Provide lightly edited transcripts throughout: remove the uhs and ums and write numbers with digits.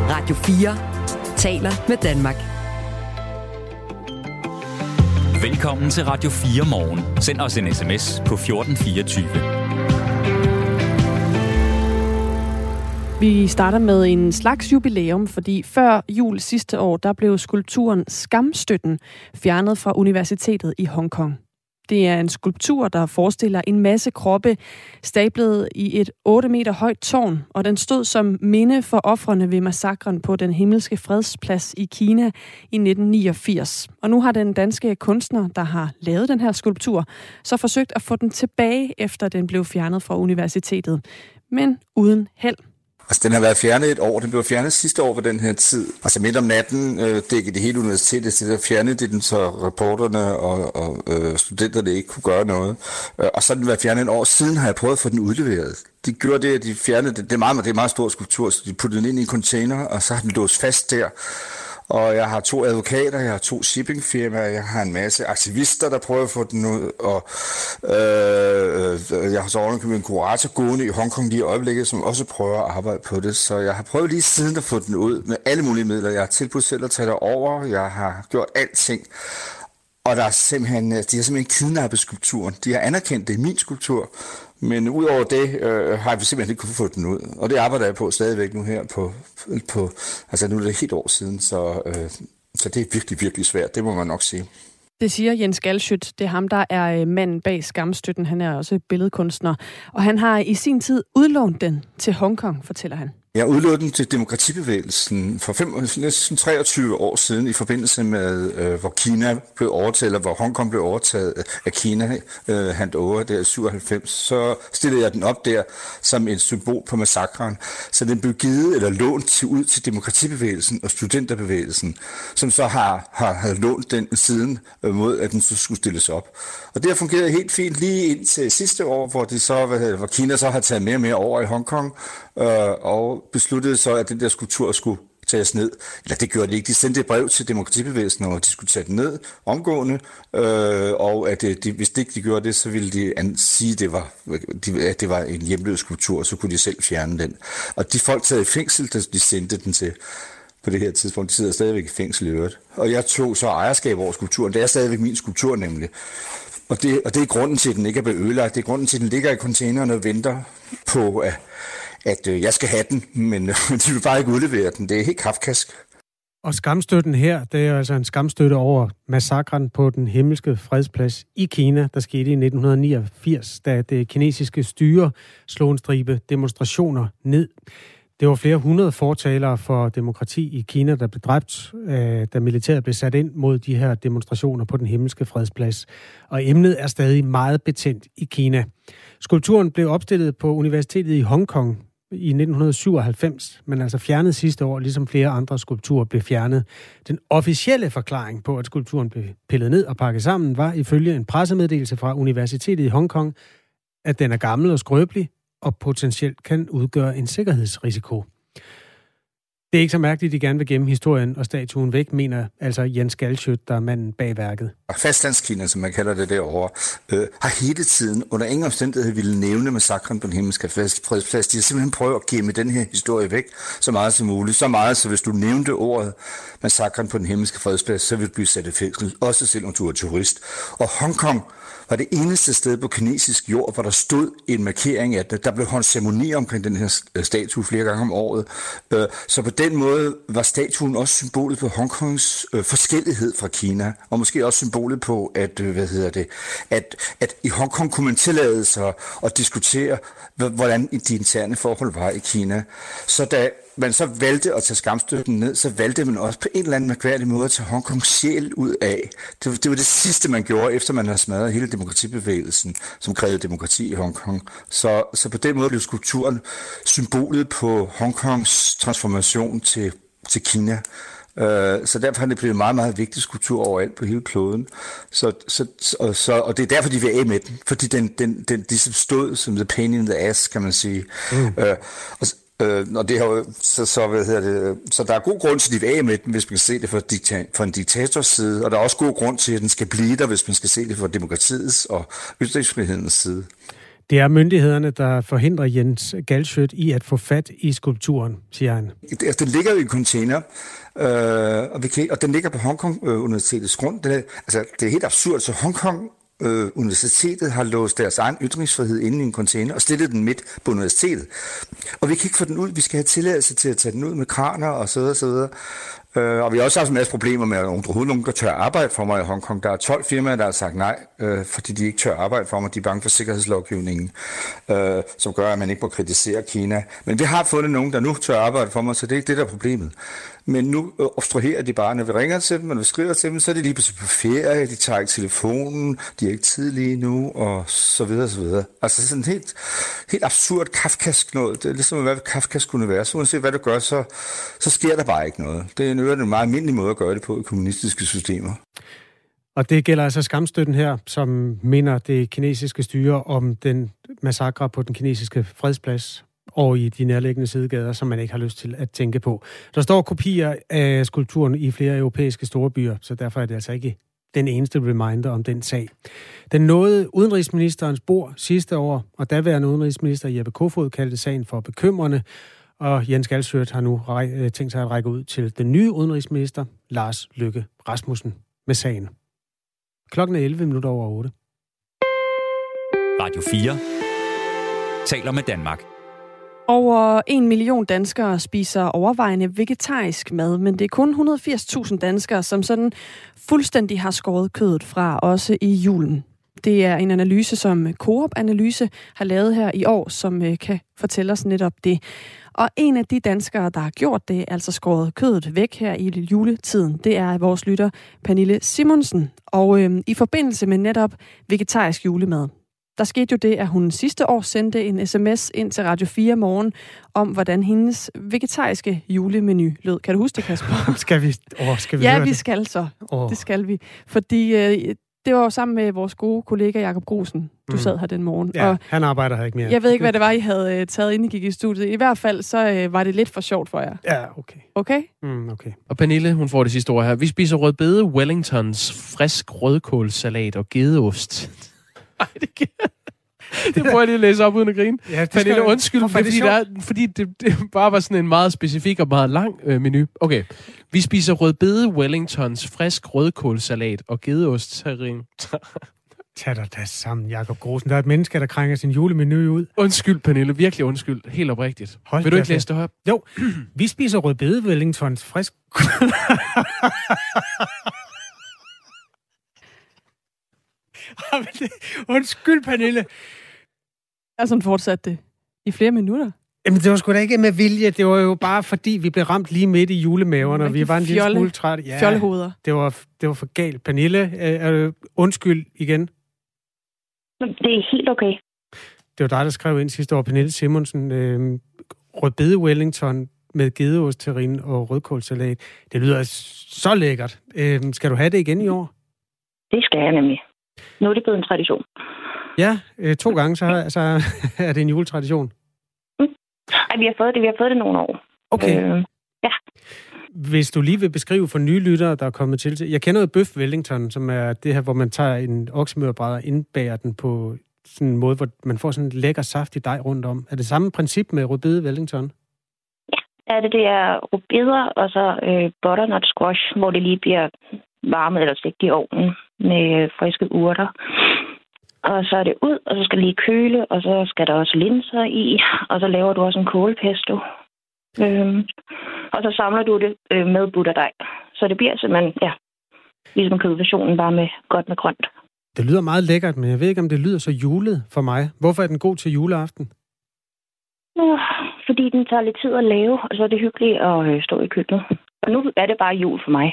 Radio 4 taler med Danmark. Velkommen til Radio 4 morgen. Send os en sms på 1424. Vi starter med en slags jubilæum, fordi før jul sidste år, der blev skulpturen Skamstøtten fjernet fra universitetet i Hongkong. Det er en skulptur, der forestiller en masse kroppe stablet i et 8 meter højt tårn, og den stod som minde for ofrene ved massakren på Den Himmelske Fredsplads i Kina i 1989. Og nu har den danske kunstner, der har lavet den her skulptur, så forsøgt at få den tilbage, efter den blev fjernet fra universitetet, men uden held. Altså, den har været fjernet et år. Den blev fjernet sidste år på den her tid. Altså midt om natten dækkede det hele universitetet, så der fjernede den, så reporterne og studenterne ikke kunne gøre noget. Og så den været fjernet et år siden, har jeg prøvet at få den udleveret. De gjorde det, at de fjernede det. Det er meget stor skulptur, så de puttede den ind i en container, og så har den låst fast der. Og jeg har 2 advokater, jeg har 2 shippingfirmaer, jeg har en masse aktivister, der prøver at få den ud, og jeg har så ovenikøbet en kurator gående i Hongkong lige i øjeblikket, som også prøver at arbejde på det. Så jeg har prøvet lige siden at få den ud med alle mulige midler. Jeg har tilbudt selv at tage det over, jeg har gjort alting. Og de har simpelthen kidnappet skulpturen. De har anerkendt, det er min skulptur, men udover det har vi simpelthen ikke kunnet få den ud. Og det arbejder jeg på stadigvæk nu her altså nu er det et helt år siden, så det er virkelig, virkelig svært, det må man nok sige. Det siger Jens Galschiøt. Det er ham, der er manden bag Skamstøtten. Han er også billedkunstner. Og han har i sin tid udlånt den til Hongkong, fortæller han. Jeg udlånte den til demokratibevægelsen for næsten 23 år siden i forbindelse med, hvor Kina blev overtaget, eller hvor Hongkong blev overtaget af Kina, handover der i 97. Så stillede jeg den op der som et symbol på massakren. Så den blev givet eller lånt ud til demokratibevægelsen og studenterbevægelsen, som så har lånt den siden mod, at den så skulle stilles op. Og det har fungeret helt fint lige indtil sidste år, hvor Kina så har taget mere og mere over i Hongkong, og besluttede så, at den der skulptur skulle tages ned. Eller det gjorde de ikke. De sendte et brev til demokratibevægelsen, og de skulle tage den ned omgående, og at hvis ikke de gjorde det, så ville de sige, at det var en hjemløs skulptur, og så kunne de selv fjerne den. Og de folk sad i fængsel, da de sendte den til på det her tidspunkt. De sidder stadigvæk i fængsel i øvrigt. Og jeg tog så ejerskab over skulpturen. Det er stadigvæk min skulptur nemlig. Og det er grunden til, at den ikke er blevet ødelagt. Det er grunden til, at den ligger i containeren og venter på, at jeg skal have den, men de vil bare ikke udlevere den. Det er helt kafkask. Og skamstøtten her, det er altså en skamstøtte over massakren på Den Himmelske Fredsplads i Kina, der skete i 1989, da det kinesiske styre slog en stribe demonstrationer ned. Det var flere hundrede fortalere for demokrati i Kina, der blev dræbt, da militæret blev sat ind mod de her demonstrationer på Den Himmelske Fredsplads. Og emnet er stadig meget betændt i Kina. Skulpturen blev opstillet på universitetet i Hongkong i 1997, men altså fjernet sidste år, ligesom flere andre skulpturer blev fjernet. Den officielle forklaring på, at skulpturen blev pillet ned og pakket sammen, var ifølge en pressemeddelelse fra universitetet i Hongkong, at den er gammel og skrøbelig, og potentielt kan udgøre en sikkerhedsrisiko. Det er ikke så mærkeligt, at de gerne vil gemme historien og statuen væk, mener altså Jens Galschiøt, der er manden bag værket. Fastlandskina, som man kalder det derovre, har hele tiden under ingen omstændighed ville nævne massakren på Den Himmelske Fredsplads. De har simpelthen prøvet at gemme den her historie væk så meget som muligt. Så meget, så hvis du nævnte ordet massakren på Den Himmelske Fredsplads, så ville du blive sat i fængsel, også selvom du er turist. Og Hongkong var det eneste sted på kinesisk jord, hvor der stod en markering af det. Der blev holdt ceremonier omkring den her statue flere gange om året. Så på den måde var statuen også symbolet på Hongkongs forskellighed fra Kina, og måske også symbolet på, at i Hongkong kunne man tillade sig at diskutere, hvordan de interne forhold var i Kina. Så da man så valgte at tage skamstøtten ned, så valgte man også på en eller anden mærkværdig måde at tage Hongkongs sjæl ud af. Det var det sidste, man gjorde, efter man havde smadret hele demokratibevægelsen, som krævede demokrati i Hongkong. Så på den måde blev skulpturen symbolet på Hongkongs transformation til Kina. Så derfor har det blevet en meget, meget vigtig skulptur overalt på hele kloden. Og det er derfor, de vil af med den, fordi den ligesom stod som the pain in the ass, kan man sige. Og det har så der er god grund til, at de vil af med den, hvis man kan se det fra en diktators side, og der er også god grund til, at den skal blive der, hvis man skal se det fra demokratiets og ytringsfrihedens side. Det er myndighederne, der forhindrer Jens Galschiøt i at få fat i skulpturen, siger han. Den ligger jo i en container, og den ligger på Hongkong Universitetets grund. Det er helt absurd, så Hongkong universitetet har låst deres egen ytringsfrihed inde i en container og stillet den midt på universitetet. Og vi kan ikke få den ud. Vi skal have tilladelse til at tage den ud med kraner og så videre, så videre. Og vi har også haft en masse problemer med, at nogen, der tør arbejde for mig i Hongkong. Der er 12 firmaer, der har sagt nej, fordi de ikke tør arbejde for mig. De er bange for sikkerhedslovgivningen, som gør, at man ikke må kritisere Kina. Men vi har fundet nogen, der nu tør arbejde for mig, så det er ikke det, der er problemet. Men nu obstruerer de bare, når vi ringer til dem, og når vi skriver til dem, så er de lige pludselig på ferie, de tager ikke telefonen, de er ikke tid lige nu, og så videre, så videre. Altså sådan helt absurd kafkask noget. Det er ligesom, hvad Kafka skulle være. Så uanset hvad du gør, så sker der bare ikke noget. Det er en meget almindelig måde at gøre det på i kommunistiske systemer. Og det gælder altså skamstøtten her, som minder det kinesiske styre om den massakre på den kinesiske fredsplads og i de nærliggende sidegader, som man ikke har lyst til at tænke på. Der står kopier af skulpturen i flere europæiske storbyer, så derfor er det altså ikke den eneste reminder om den sag. Den nåede udenrigsministerens bord sidste år, og daværende udenrigsminister Jeppe Kofod kaldte sagen for bekymrende, og Jens Galschiøt har nu tænkt sig at række ud til den nye udenrigsminister, Lars Løkke Rasmussen, med sagen. Klokken er 11 minutter over 8. Radio 4 taler med Danmark. Over 1 million danskere spiser overvejende vegetarisk mad, men det er kun 180.000 danskere, som sådan fuldstændig har skåret kødet fra, også i julen. Det er en analyse, som Coop Analyse har lavet her i år, som kan fortælle os netop det. Og en af de danskere, der har gjort det, altså skåret kødet væk her i juletiden, det er vores lytter Pernille Simonsen. Og i forbindelse med netop vegetarisk julemad, der skete jo det, at hun sidste år sendte en sms ind til Radio 4 morgen om, hvordan hendes vegetariske julemenu lød. Kan du huske det, Kasper? Skal vi ja, vi skal så. Det skal vi. Fordi det var jo sammen med vores gode kollega Jakob Grusen, du sad her den morgen. Ja, og han arbejder her ikke mere. Jeg ved ikke, hvad det var, I havde taget, inden I gik i studiet. I hvert fald, så var det lidt for sjovt for jer. Ja, okay. Okay? Okay. Og Pernille, hun får det sidste ord her. Vi spiser rødbede Wellingtons, frisk rødkålssalat og gedeost. Ej, det prøver jeg lige at læse op uden at grine. Ja, Pernille, undskyld, fordi det bare var sådan en meget specifik og meget lang menu. Okay. Vi spiser rødbede Wellingtons, frisk rødkålssalat og gedeost. Tag dig da sammen, Jakob Grosen. Der er et menneske, der krænger sin julemenu ud. Undskyld, Pernille. Virkelig undskyld. Helt oprigtigt. Vil du ikke læse det op? Jo. Vi spiser rødbede Wellingtons, frisk... Undskyld, Pernille. Jeg sådan fortsat det i flere minutter. Jamen, det var sgu da ikke med vilje. Det var jo bare fordi, vi blev ramt lige midt i julemaverne, og vi var en lille smule trætte. Ja, fjollehoveder. Det var for galt. Pernille, undskyld igen. Det er helt okay. Det var dig, der skrev ind sidste år, Pernille Simonsen. Rødbede Wellington med gedeostterrin og rødkålsalat. Det lyder så lækkert. Skal du have det igen i år? Det skal jeg nemlig. Nu er det blevet en tradition. Ja, 2 gange, så er det en juletradition. Ej, vi har fået det nogle år. Okay. Ja. Hvis du lige vil beskrive for nye lyttere, der er kommet til. Jeg kender jo bøf Wellington, som er det her, hvor man tager en oksemørbræd og indbager den på sådan en måde, hvor man får sådan en lækker saftig dej rundt om. Er det samme princip med rødbede Wellington? Ja, det er rødbeder og så butternut squash, hvor det lige bliver varmet eller stegt i ovnen med friske urter. Og så er det ud, og så skal det lige køle, og så skal der også linser i, og så laver du også en kålpesto. Og så samler du det med butterdej. Så det bliver simpelthen, ligesom kødversionen, bare med godt med grønt. Det lyder meget lækkert, men jeg ved ikke, om det lyder så julet for mig. Hvorfor er den god til juleaften? Fordi den tager lidt tid at lave, og så er det hyggeligt at stå i køkkenet. Og nu er det bare jul for mig.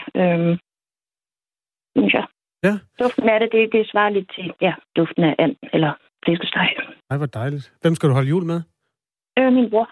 Synes jeg. Ja. Duften af det svarer lidt til duften af and eller flæskesteg. Ej, hvor dejligt. Hvem skal du holde jul med? Min bror.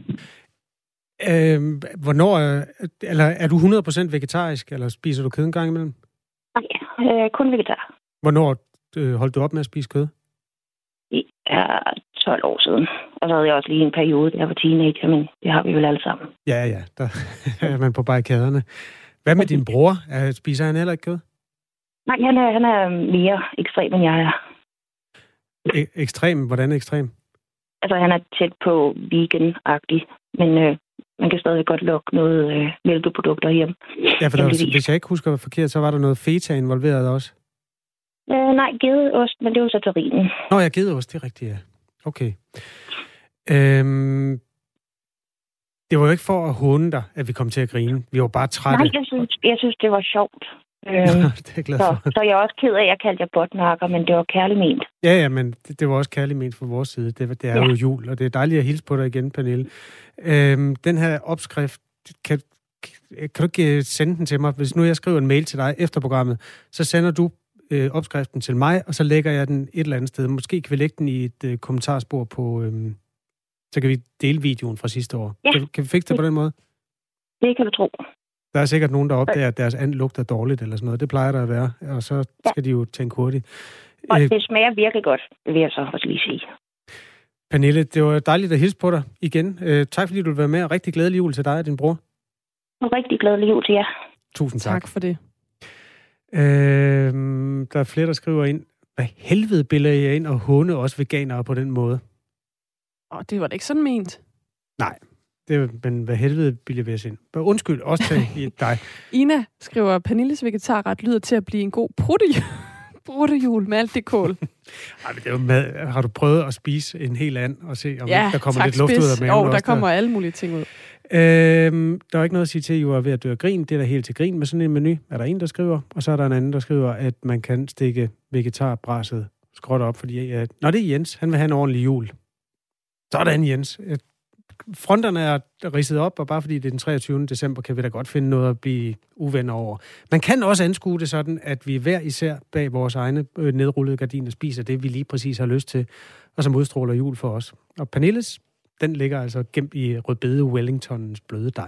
Hvornår er du 100% vegetarisk, eller spiser du kød en gang imellem? Nej, kun vegetar. Hvornår holdt du op med at spise kød? Det er 12 år siden. Og så havde jeg også lige en periode, da jeg var teenager, men det har vi vel alle sammen. Ja, der er man på barrikaderne. Hvad med din bror? Spiser han heller ikke kød? Nej, han er mere ekstrem, end jeg er. Ekstrem? Hvordan ekstrem? Altså, han er tæt på vegan-agtig, men man kan stadig godt lukke noget mælkeprodukter hjem. Ja, for hvis jeg ikke husker forkert, så var der noget feta involveret også. Nej, gedeost, men det var så terrinen. Nå ja, gedeost, det er rigtigt, ja. Okay. Det var jo ikke for at håne dig, at vi kom til at grine. Vi var bare trætte. Nej, jeg synes det var sjovt. Det er jeg glad for. Så jeg er også ked af, at jeg kaldte jer botnakker, men det var kærligt ment. Ja, men det var også kærligt ment fra vores side. Det er jo jul, og det er dejligt at hilse på dig igen, Pernille. Den her opskrift, kan du ikke sende den til mig? Hvis nu jeg skriver en mail til dig efter programmet, så sender du opskriften til mig, og så lægger jeg den et eller andet sted. Måske kan vi lægge den i et kommentarspor på... så kan vi dele videoen fra sidste år. Ja. Kan vi fikse det på den måde? Det kan du tro. Der er sikkert nogen, der opdager, at deres and lugter dårligt eller sådan noget. Det plejer der at være, og så skal de jo tænke hurtigt. Og det smager virkelig godt, vil jeg så også lige sige. Pernille, det var dejligt at hilse på dig igen. Tak fordi du vil være med, og rigtig glædelig jul til dig og din bror. Og rigtig glædelig jul til jer. Tusind tak. Tak for det. Der er flere, der skriver ind, hvad helvede billeder jeg ind og håne også veganere på den måde? Det var da ikke sådan ment. Nej, men hvad helvede bilder vi os ind? Undskyld, også til dig. Ina skriver, Pernilles vegetarret lyder til at blive en god bruttejul med alt det kål. Ej, men det er jo mad. Har du prøvet at spise en hel and og se, om der kommer lidt luft ud af maven? Der kommer alle mulige ting ud. Der er ikke noget at sige til, at I er ved at dø af grin. Det er da helt til grin med sådan en menu. Er der en, der skriver? Og så er der en anden, der skriver, at man kan stikke vegetarbrasset skråt op, fordi det er Jens. Han vil have en ordentlig jul. Sådan, Jens. Fronterne er ridset op, og bare fordi det er den 23. december, kan vi da godt finde noget at blive uvenner over. Man kan også anskue det sådan, at vi hver især bag vores egne nedrullede gardiner spiser det, vi lige præcis har lyst til, og som udstråler jul for os. Og Pernilles, den ligger altså gemt i rødbede Wellingtonens bløde dej.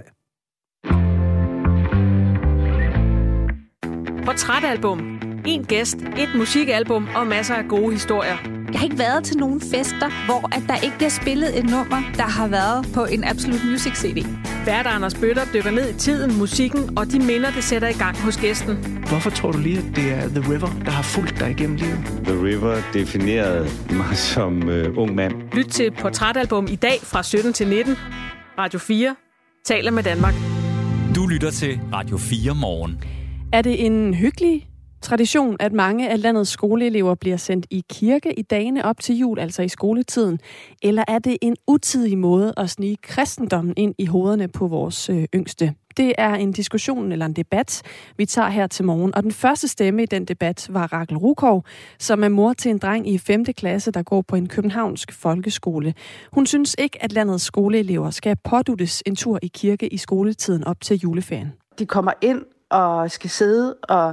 Portrætalbum. En gæst, et musikalbum og masser af gode historier. Jeg har ikke været til nogen fester, hvor at der ikke bliver spillet et nummer, der har været på en Absolute Music CD. Vært Anders Bøtter dykker ned i tiden, musikken og de minder, det sætter i gang hos gæsten. Hvorfor tror du lige, at det er The River, der har fulgt dig igennem livet? The River definerede mig som ung mand. Lyt til Portrætalbum i dag fra 17 til 19. Radio 4 taler med Danmark. Du lytter til Radio 4 morgen. Er det en hyggelig tradition, at mange af landets skoleelever bliver sendt i kirke i dagene op til jul, altså i skoletiden? Eller er det en utidig måde at snige kristendommen ind i hovederne på vores yngste? Det er en diskussion eller en debat, vi tager her til morgen. Og den første stemme i den debat var Rakel Rukov, som er mor til en dreng i 5. klasse, der går på en københavnsk folkeskole. Hun synes ikke, at landets skoleelever skal påduttes en tur i kirke i skoletiden op til juleferien. De kommer ind og skal sidde og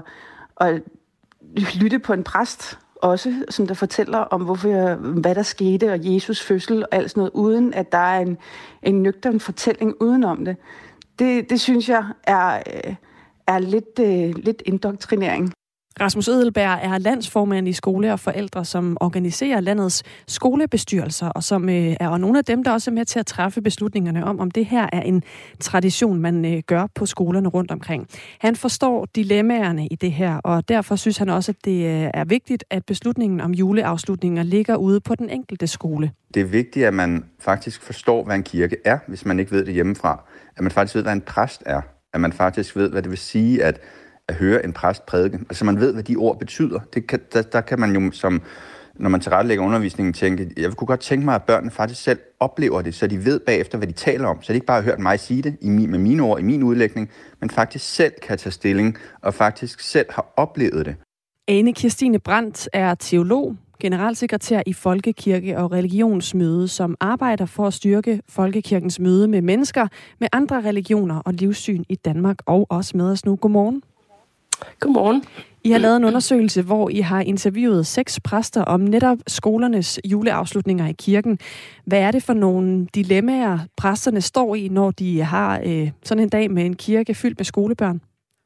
lytte på en præst også, som der fortæller om, hvad der skete, og Jesus fødsel og alt sådan noget, uden at der er en nøgtern fortælling udenom det. Det synes jeg er lidt indoktrinering. Rasmus Edelberg er landsformand i Skole og Forældre, som organiserer landets skolebestyrelser, og som er nogle af dem, der også er med til at træffe beslutningerne om det her er en tradition, man gør på skolerne rundt omkring. Han forstår dilemmaerne i det her, og derfor synes han også, at det er vigtigt, at beslutningen om juleafslutninger ligger ude på den enkelte skole. Det er vigtigt, at man faktisk forstår, hvad en kirke er, hvis man ikke ved det hjemmefra. At man faktisk ved, hvad en præst er. At man faktisk ved, hvad det vil sige at høre en præst prædike. Altså man ved, hvad de ord betyder. Der kan man jo, som når man tilrettelægger undervisningen, tænke, jeg kunne godt tænke mig, at børnene faktisk selv oplever det, så de ved bagefter, hvad de taler om. Så de ikke bare har hørt mig sige det med mine ord, i min udlægning, men faktisk selv kan tage stilling, og faktisk selv har oplevet det. Ane Kirstine Brandt er teolog, generalsekretær i Folkekirke- og Religionsmøde, som arbejder for at styrke Folkekirkens møde med mennesker med andre religioner og livssyn i Danmark, og også med os nu. Godmorgen. Godmorgen. I har lavet en undersøgelse, hvor I har interviewet 6 præster om netop skolernes juleafslutninger i kirken. Hvad er det for nogle dilemmaer, præsterne står i, når de har sådan en dag med en kirke fyldt med skolebørn?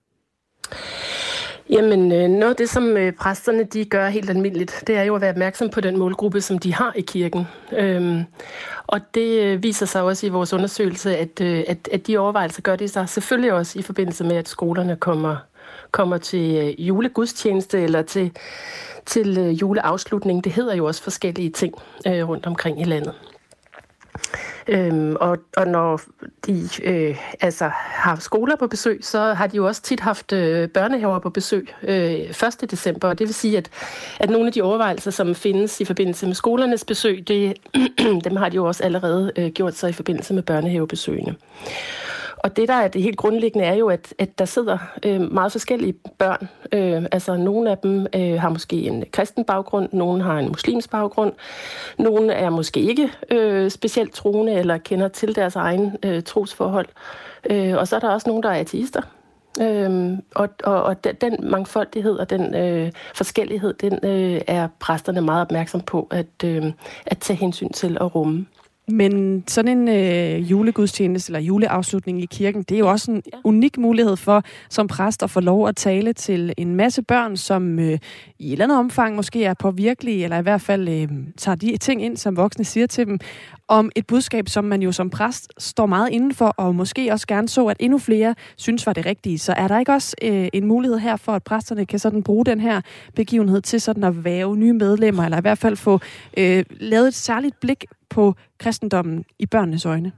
Jamen, noget af det, som præsterne de gør helt almindeligt, det er jo at være opmærksom på den målgruppe, som de har i kirken. Og det viser sig også i vores undersøgelse, at de overvejelser gør det sig selvfølgelig også i forbindelse med, at skolerne kommer kommer til julegudstjeneste eller til juleafslutning. Det hedder jo også forskellige ting rundt omkring i landet. Og når de har skoler på besøg, så har de jo også tit haft børnehaver på besøg 1. december. Og det vil sige, at nogle af de overvejelser, som findes i forbindelse med skolernes besøg, dem har de jo også allerede gjort sig i forbindelse med børnehavebesøgene. Og det, der er det helt grundlæggende, er jo, at der sidder meget forskellige børn. Nogle af dem har måske en kristen baggrund, nogle har en muslimsk baggrund, nogle er måske ikke specielt troende eller kender til deres egen trosforhold. Og så er der også nogle, der er ateister. Og den mangfoldighed og den forskellighed, den er præsterne meget opmærksom på at tage hensyn til og rumme. Men sådan en julegudstjeneste eller juleafslutning i kirken, det er jo også en unik mulighed for som præst at få lov at tale til en masse børn, som i et eller andet omfang måske er påvirkelige, eller i hvert fald tager de ting ind, som voksne siger til dem, om et budskab, som man jo som præst står meget indenfor, og måske også gerne så, at endnu flere synes var det rigtige. Så er der ikke også en mulighed her for, at præsterne kan sådan bruge den her begivenhed til sådan at væve nye medlemmer, eller i hvert fald få lavet et særligt blik på kristendommen i børnenes øjne?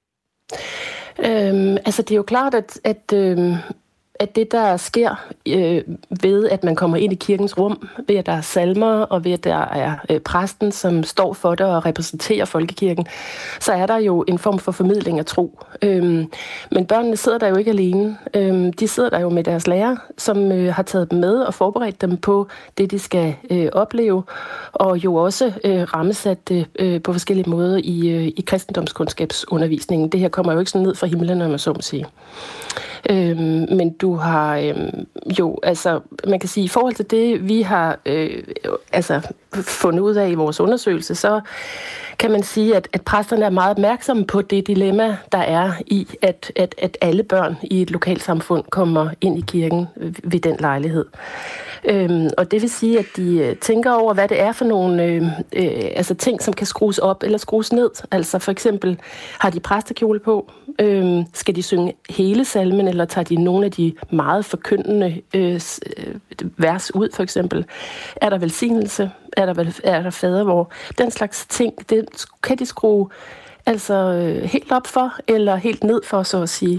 Det er jo klart, at det, der sker ved, at man kommer ind i kirkens rum, ved at der er salmer, og ved at der er præsten, som står for det og repræsenterer folkekirken, så er der jo en form for formidling af tro. Men børnene sidder der jo ikke alene. De sidder der jo med deres lærer, som har taget dem med og forberedt dem på det, de skal opleve, og jo også rammesat det på forskellige måder i kristendomskundskabsundervisningen. Det her kommer jo ikke sådan ned fra himlen, når man så må sige. Men du har man kan sige, i forhold til det, vi har fundet ud af i vores undersøgelse, så kan man sige, at præsterne er meget opmærksomme på det dilemma, der er i, at alle børn i et lokalsamfund kommer ind i kirken ved den lejlighed. Og det vil sige, at de tænker over, hvad det er for nogle ting, som kan skrues op eller skrues ned. Altså for eksempel, har de præstekjole på? Skal de synge hele salmen, eller tager de nogle af de meget forkyndende vers ud, for eksempel? Er der velsignelse? Er der fadervor? Den slags ting, det kan de skrue helt op for, eller helt ned for, så at sige.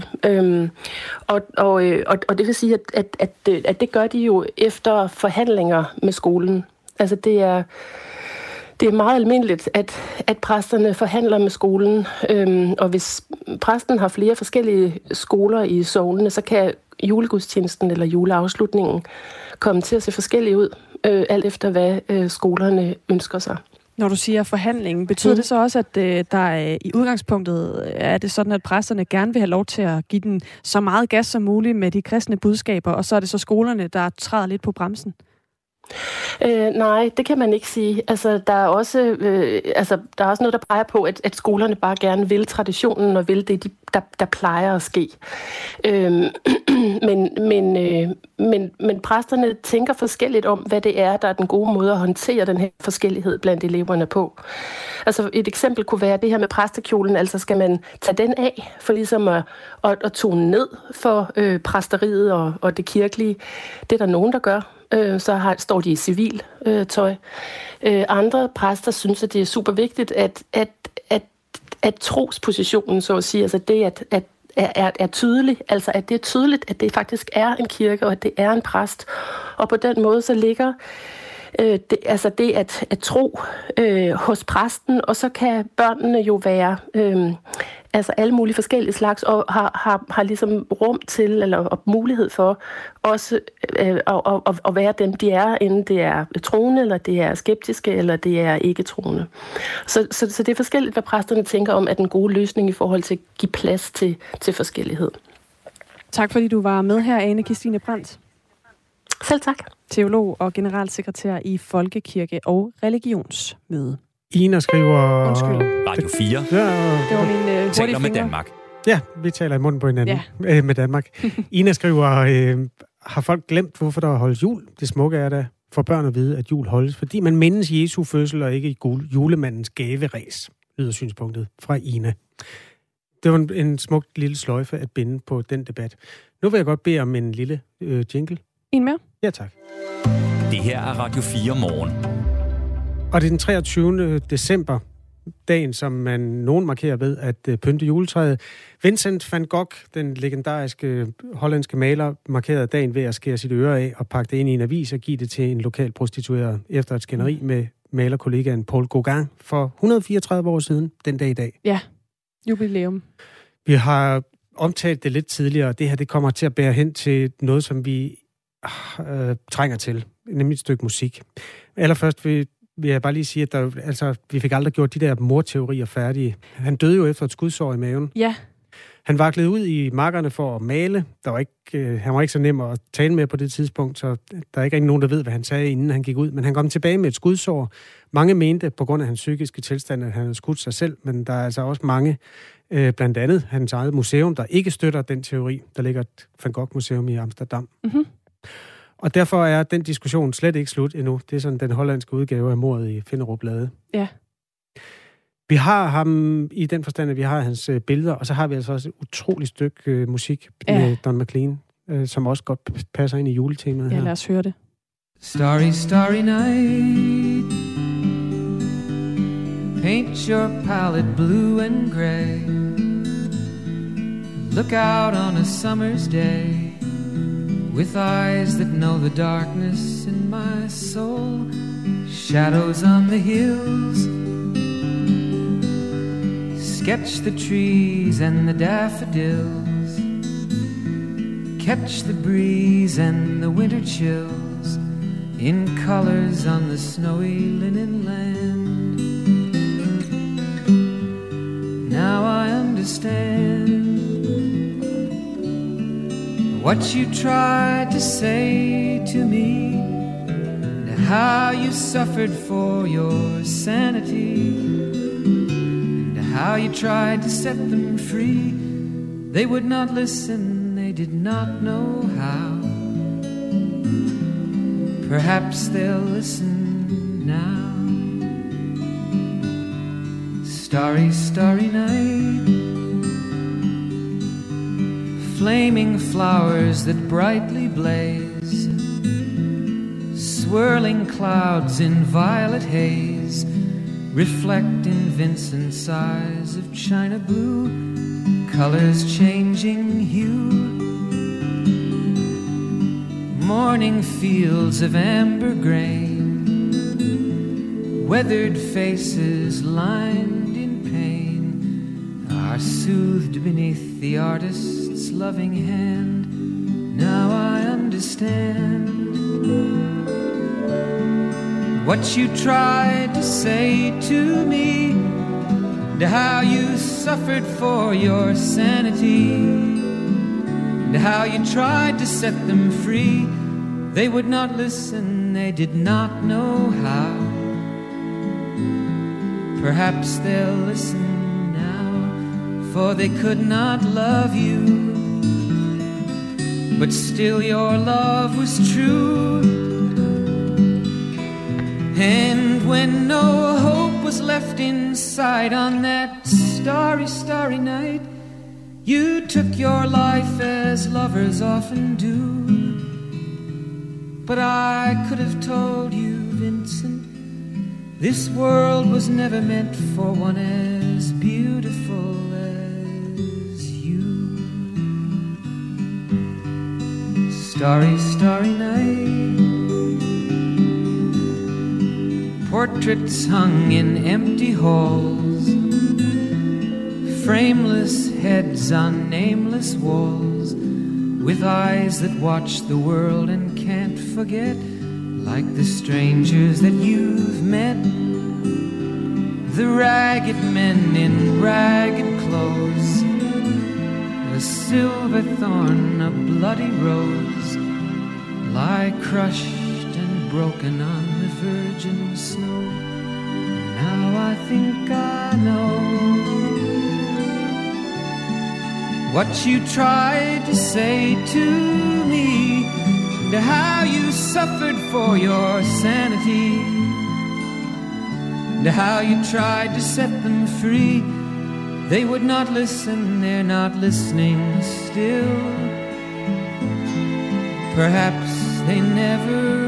Og det vil sige, at det gør de jo efter forhandlinger med skolen. Altså det er meget almindeligt, at præsterne forhandler med skolen, og hvis præsten har flere forskellige skoler i sognene, så kan julegudstjenesten eller juleafslutningen komme til at se forskellige ud, alt efter hvad skolerne ønsker sig. Når du siger forhandling, betyder det så også, at der i udgangspunktet er det sådan, at præsterne gerne vil have lov til at give den så meget gas som muligt med de kristne budskaber, og så er det så skolerne, der træder lidt på bremsen? Nej, det kan man ikke sige. Altså, der er også noget, der peger på, at skolerne bare gerne vil traditionen og vil det, der plejer at ske. Men præsterne tænker forskelligt om, hvad det er, der er den gode måde at håndtere den her forskellighed blandt eleverne på. Altså et eksempel kunne være det her med præstekjolen. Altså skal man tage den af for ligesom at tone ned for præsteriet og det kirkelige. Det er der nogen, der gør. Så står de i civil tøj. Andre præster synes, at det er super vigtigt, at trospositionen, så at sige, altså det er tydeligt, altså at det er tydeligt, at det faktisk er en kirke, og at det er en præst. Og på den måde så ligger det at tro hos præsten, og så kan børnene jo være alle mulige forskellige slags, og har ligesom rum til, eller mulighed for også at være dem, de er, enten det er troende, eller det er skeptiske, eller det er ikke troende. Så det er forskelligt, hvad præsterne tænker om, at den gode løsning i forhold til at give plads til forskellighed. Tak fordi du var med her, Ane Kirstine Brandt. Selv tak. Teolog og generalsekretær i Folkekirke- og Religionsmøde. Ina skriver... Radio 4. Det var min hurtige taler med Danmark. Ja, vi taler i munden på hinanden med Danmark. Ina skriver, har folk glemt, hvorfor der holdes jul? Det smukke er da for børn at vide, at jul holdes, fordi man mindes Jesu fødsel og ikke julemandens gaveræs, lyder synspunktet fra Ina. Det var en smuk lille sløjfe at binde på den debat. Nu vil jeg godt bede om en lille jingle. En mere? Ja, tak. Det her er Radio 4 morgen. Og det er den 23. december, dagen, som nogen markerer ved at pynte juletræet. Vincent van Gogh, den legendariske hollandske maler, markerede dagen ved at skære sit øre af og pakke det ind i en avis og give det til en lokal prostitueret efter et skænderi med malerkollegaen Paul Gauguin for 134 år siden, den dag i dag. Ja, jubilæum. Vi har omtalt det lidt tidligere, og det her det kommer til at bære hen til noget, som vi trænger til, nemlig et stykke musik. Allerførst vil jeg bare lige sige, at vi fik aldrig gjort de der morteorier færdige. Han døde jo efter et skudsår i maven. Ja. Han vaklede ud i markerne for at male. Han var ikke så nem at tale med på det tidspunkt, så der er ikke nogen, der ved, hvad han sagde, inden han gik ud. Men han kom tilbage med et skudsår. Mange mente, på grund af hans psykiske tilstand, at han havde skudt sig selv, men der er altså også mange, blandt andet hans eget museum, der ikke støtter den teori. Der ligger et Van Gogh-museum i Amsterdam. Mm-hmm. Og derfor er den diskussion slet ikke slut endnu. Det er sådan den hollandske udgave af mordet i Finderup Lade. Ja. Vi har ham i den forstand, at vi har hans billeder, og så har vi altså også et utroligt stykke musik med Don McLean, som også godt passer ind i juletemaet her. Ja, lad os høre det. Starry, starry night, paint your palette blue and gray, look out on a summer's day, with eyes that know the darkness in my soul, shadows on the hills, sketch the trees and the daffodils, catch the breeze and the winter chills, in colors on the snowy linen land. Now I understand what you tried to say to me, and how you suffered for your sanity, and how you tried to set them free. They would not listen, they did not know how. Perhaps they'll listen now. Starry, starry night, flaming flowers that brightly blaze, swirling clouds in violet haze, reflect in Vincent's eyes of china blue, colors changing hue, morning fields of amber grain, weathered faces lined in pain, are soothed beneath the artist's loving hand. Now I understand what you tried to say to me, and how you suffered for your sanity, and how you tried to set them free. They would not listen, they did not know how. Perhaps they'll listen now, for they could not love you, but still your love was true. And when no hope was left inside on that starry, starry night, you took your life as lovers often do. But I could have told you, Vincent, this world was never meant for one as beautiful as you. Starry, starry night, portraits hung in empty halls, frameless heads on nameless walls, with eyes that watch the world and can't forget, like the strangers that you've met, the ragged men in ragged clothes, a silver thorn, a bloody rose, lie crushed and broken on the virgin snow. Now I think I know what you tried to say to me, and how you suffered for your sanity, and how you tried to set them free. They would not listen, they're not listening still. Perhaps they never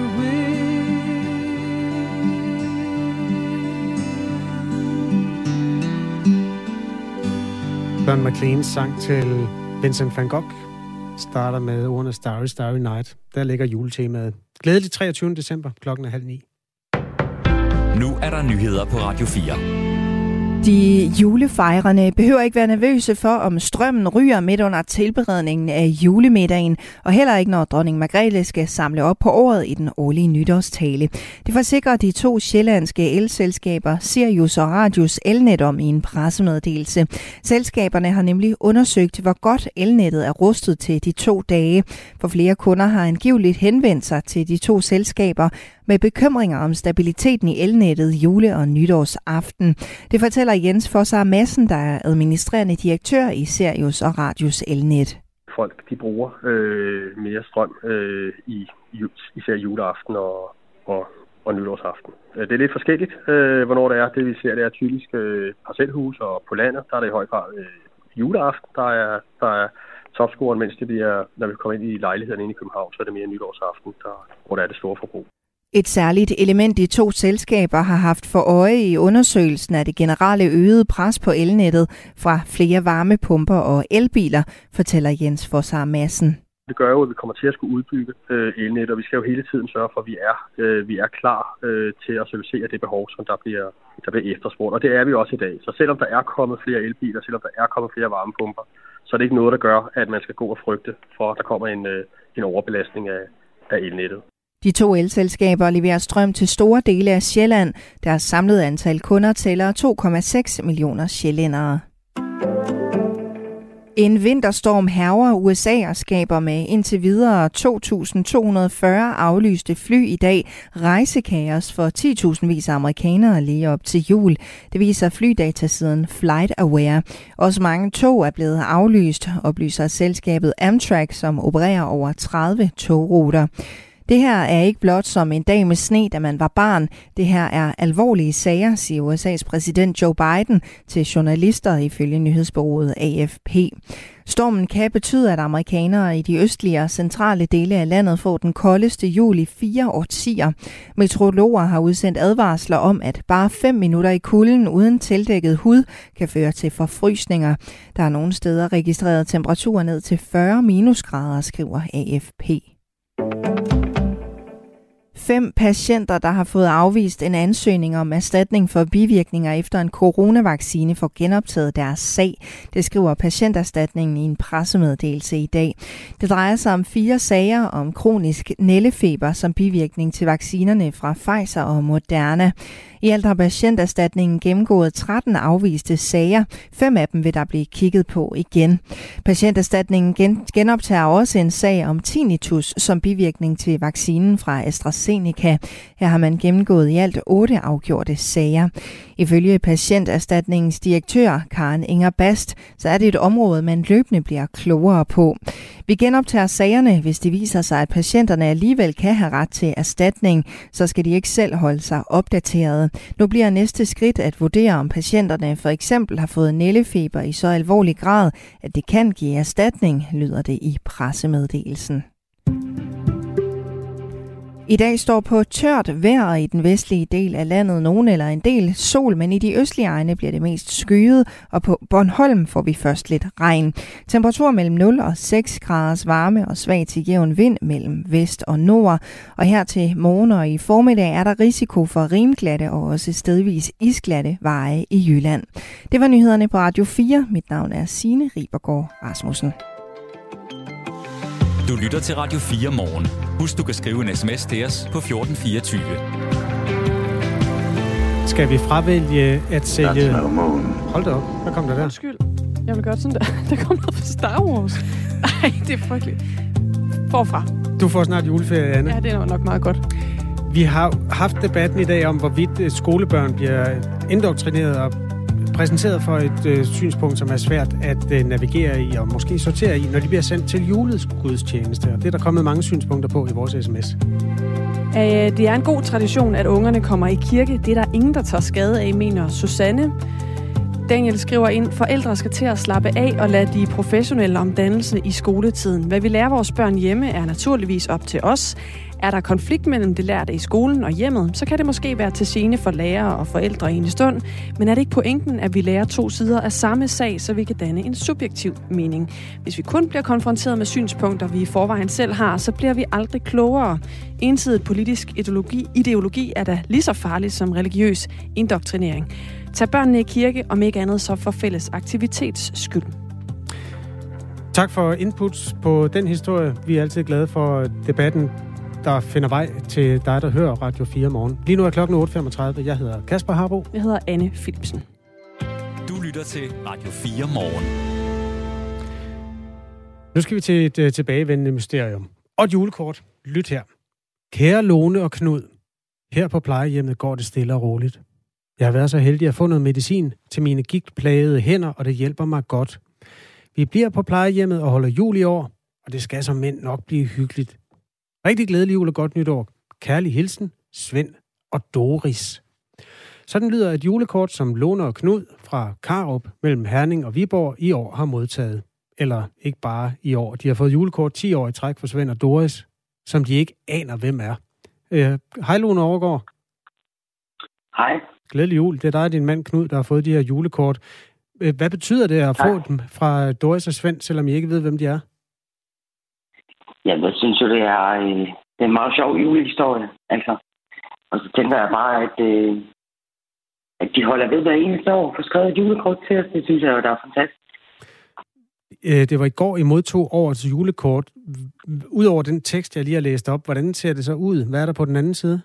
John McLeans sang til Vincent van Gogh starter med ordene Starry, Starry Night. Der ligger juletemaet. Glædelig 23. december, klokken 8:30. Nu er der nyheder på Radio 4. De julefejrende behøver ikke være nervøse for, om strømmen ryger midt under tilberedningen af julemiddagen, og heller ikke, når dronning Margrethe skal samle op på året i den årlige nytårstale. Det forsikrer de 2 sjællandske elselskaber, Sirius og Radius Elnet, om i en pressemeddelelse. Selskaberne har nemlig undersøgt, hvor godt elnettet er rustet til de 2 dage. For flere kunder har angiveligt henvendt sig til de 2 selskaber med bekymringer om stabiliteten i elnettet jule- og nytårsaften. Det fortæller Jens Fossar Madsen, der er administrerende direktør i Sirius og Radius Elnet. Folk de bruger mere strøm især juleaften og nytårsaften. Det er lidt forskelligt, hvornår det er. Det vi ser, det er typisk parcelhus, og på landet, der er det i høj grad juleaften, der er topscoren, mens det bliver, når vi kommer ind i lejlighederne inde i København, så er det mere nytårsaften, hvor der er det store forbrug. Et særligt element de 2 selskaber har haft for øje i undersøgelsen af det generelle øgede pres på elnettet fra flere varmepumper og elbiler, fortæller Jens Fossar Madsen. Det gør jo, at vi kommer til at skulle udbygge elnet, og vi skal jo hele tiden sørge for, at vi er klar til at servicere det behov, som der bliver efterspurgt. Og det er vi også i dag. Så selvom der er kommet flere elbiler, selvom der er kommet flere varmepumper, så er det ikke noget, der gør, at man skal gå og frygte for, at der kommer en overbelastning af elnettet. De 2 elselskaber leverer strøm til store dele af Sjælland. Deres samlede antal kunder tæller 2,6 millioner sjællændere. En vinterstorm hærger USA og skaber med indtil videre 2.240 aflyste fly i dag rejsekaos for 10.000 af amerikanere lige op til jul. Det viser flydatasiden FlightAware. Også mange tog er blevet aflyst, oplyser selskabet Amtrak, som opererer over 30 togruter. Det her er ikke blot som en dag med sne, da man var barn. Det her er alvorlige sager, siger USA's præsident Joe Biden til journalister ifølge nyhedsbureauet AFP. Stormen kan betyde, at amerikanere i de østlige og centrale dele af landet får den koldeste jul i 4 årtier. Meteorologer har udsendt advarsler om, at bare 5 minutter i kulden uden tildækket hud kan føre til forfrysninger. Der er nogle steder registreret temperaturer ned til 40 minusgrader, skriver AFP. 5 patienter, der har fået afvist en ansøgning om erstatning for bivirkninger efter en coronavaccine, får genoptaget deres sag. Det skriver Patienterstatningen i en pressemeddelelse i dag. Det drejer sig om 4 sager om kronisk nældefeber som bivirkning til vaccinerne fra Pfizer og Moderna. I alt har Patienterstatningen gennemgået 13 afviste sager. 5 af dem vil der blive kigget på igen. Patienterstatningen genoptager også en sag om tinnitus som bivirkning til vaccinen fra AstraZeneca. Her har man gennemgået i alt 8 afgjorte sager. Ifølge Patienterstatningens direktør Karen Inger Bast, så er det et område, man løbende bliver klogere på. Vi genoptager sagerne, hvis det viser sig, at patienterne alligevel kan have ret til erstatning, så skal de ikke selv holde sig opdateret. Nu bliver næste skridt at vurdere, om patienterne for eksempel har fået nældefeber i så alvorlig grad, at det kan give erstatning, lyder det i pressemeddelelsen. I dag står på tørt vejr i den vestlige del af landet, nogen eller en del sol, men i de østlige egne bliver det mest skyet, og på Bornholm får vi først lidt regn. Temperatur mellem 0 og 6 graders varme og svag til jævn vind mellem vest og nord. Og her til morgen og i formiddag er der risiko for rimglatte og også stedvis isglatte veje i Jylland. Det var nyhederne på Radio 4. Mit navn er Signe Ribergaard Rasmussen. Du lytter til Radio 4 morgen. Husk, du kan skrive en sms til os på 1424. Skal vi fravælge at sælge... Hold da op. Hvad kom der der? Undskyld. Jeg vil gøre sådan der. Der kom noget fra Star Wars. Nej, det er frygteligt. Forfra. Du får snart juleferie, Anne. Ja, det er nok meget godt. Vi har haft debatten i dag om, hvorvidt skolebørn bliver indoktrineret og præsenteret for et synspunkt, som er svært at navigere i og måske sortere i, når de bliver sendt til julegudstjeneste. Og det er der kommet mange synspunkter på i vores sms. Det er en god tradition, at ungerne kommer i kirke. Det er der ingen, der tager skade af, mener Susanne. Daniel skriver ind, forældre skal til at slappe af og lade de professionelle om dannelse i skoletiden. Hvad vi lærer vores børn hjemme er naturligvis op til os. Er der konflikt mellem det lærte i skolen og hjemmet, så kan det måske være til gene for lærere og forældre i en stund. Men er det ikke pointen, at vi lærer 2 sider af samme sag, så vi kan danne en subjektiv mening? Hvis vi kun bliver konfronteret med synspunkter, vi i forvejen selv har, så bliver vi aldrig klogere. Ensidigt politisk ideologi er da lige så farligt som religiøs indoktrinering. Tag børnene i kirke, om ikke andet så for fælles aktivitets skyld. Tak for input på den historie. Vi er altid glade for debatten, der finder vej til dig, der hører Radio 4 morgen. Lige nu er klokken 8.35. Jeg hedder Kasper Harbo. Jeg hedder Anne Philipsen. Du lytter til Radio 4 morgen. Nu skal vi til et tilbagevendende mysterium. Og et julekort. Lyt her. Kære Lone og Knud. Her på plejehjemmet går det stille og roligt. Jeg har været så heldig at få noget medicin til mine gigtplagede hænder, og det hjælper mig godt. Vi bliver på plejehjemmet og holder jul i år, og det skal som mænd nok blive hyggeligt. Rigtig glædelig jul og godt nytår. Kærlig hilsen, Svend og Doris. Sådan lyder et julekort, som Lone og Knud fra Karup mellem Herning og Viborg i år har modtaget. Eller ikke bare i år. De har fået julekort 10 år i træk for Svend og Doris, som de ikke aner, hvem er. Hej Lone Overgaard. Hej. Glædelig jul. Det er dig og din mand Knud, der har fået de her julekort. Hvad betyder det at få dem fra Doris og Svend, selvom I ikke ved, hvem de er? Ja, jeg synes jo, det er en meget sjov julehistorie. Altså. Og så tænker jeg bare, at de holder ved hver eneste år for skrevet et julekort til os. Det synes jeg jo, der er fantastisk. Det var i går, I modtog årets julekort. Udover den tekst, jeg lige har læst op, hvordan ser det så ud? Hvad er der på den anden side?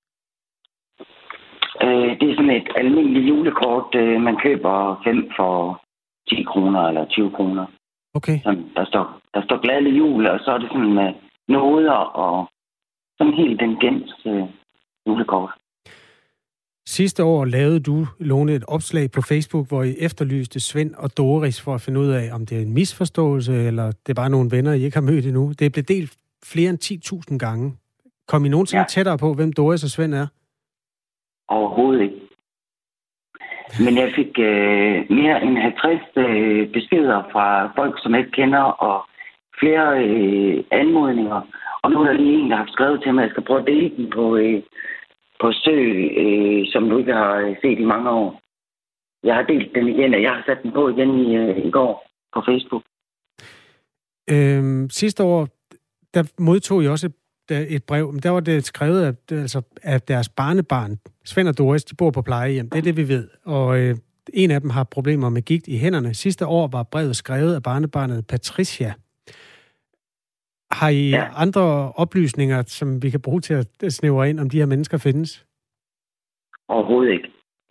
Det er sådan et almindeligt julekort. Man køber 5 for 10 kroner eller 20 kroner. Okay. Sådan, der står glædelig jul, og så er det sådan med noder og sådan helt den gens julekort. Sidste år lavede du, Lone, et opslag på Facebook, hvor I efterlyste Svend og Doris for at finde ud af, om det er en misforståelse, eller det er bare nogle venner, I ikke har mødt endnu. Det blev delt flere end 10.000 gange. Kom I nogensinde tættere på, hvem Doris og Svend er? Overhovedet ikke. Men jeg fik mere end 50 beskeder fra folk, som jeg ikke kender, og flere anmodninger. Og nu er der lige en, der har skrevet til mig, at jeg skal prøve at dele den på Søg, som du ikke har set i mange år. Jeg har delt den igen, og jeg har sat den på igen i går på Facebook. Sidste år, der modtog I også et brev, men der var det skrevet af deres barnebarn. Svend og Doris, de bor på plejehjem. Det er det, vi ved. Og en af dem har problemer med gigt i hænderne. Sidste år var brevet skrevet af barnebarnet Patricia. Har I andre oplysninger, som vi kan bruge til at snævre ind, om de her mennesker findes? Overhovedet ikke.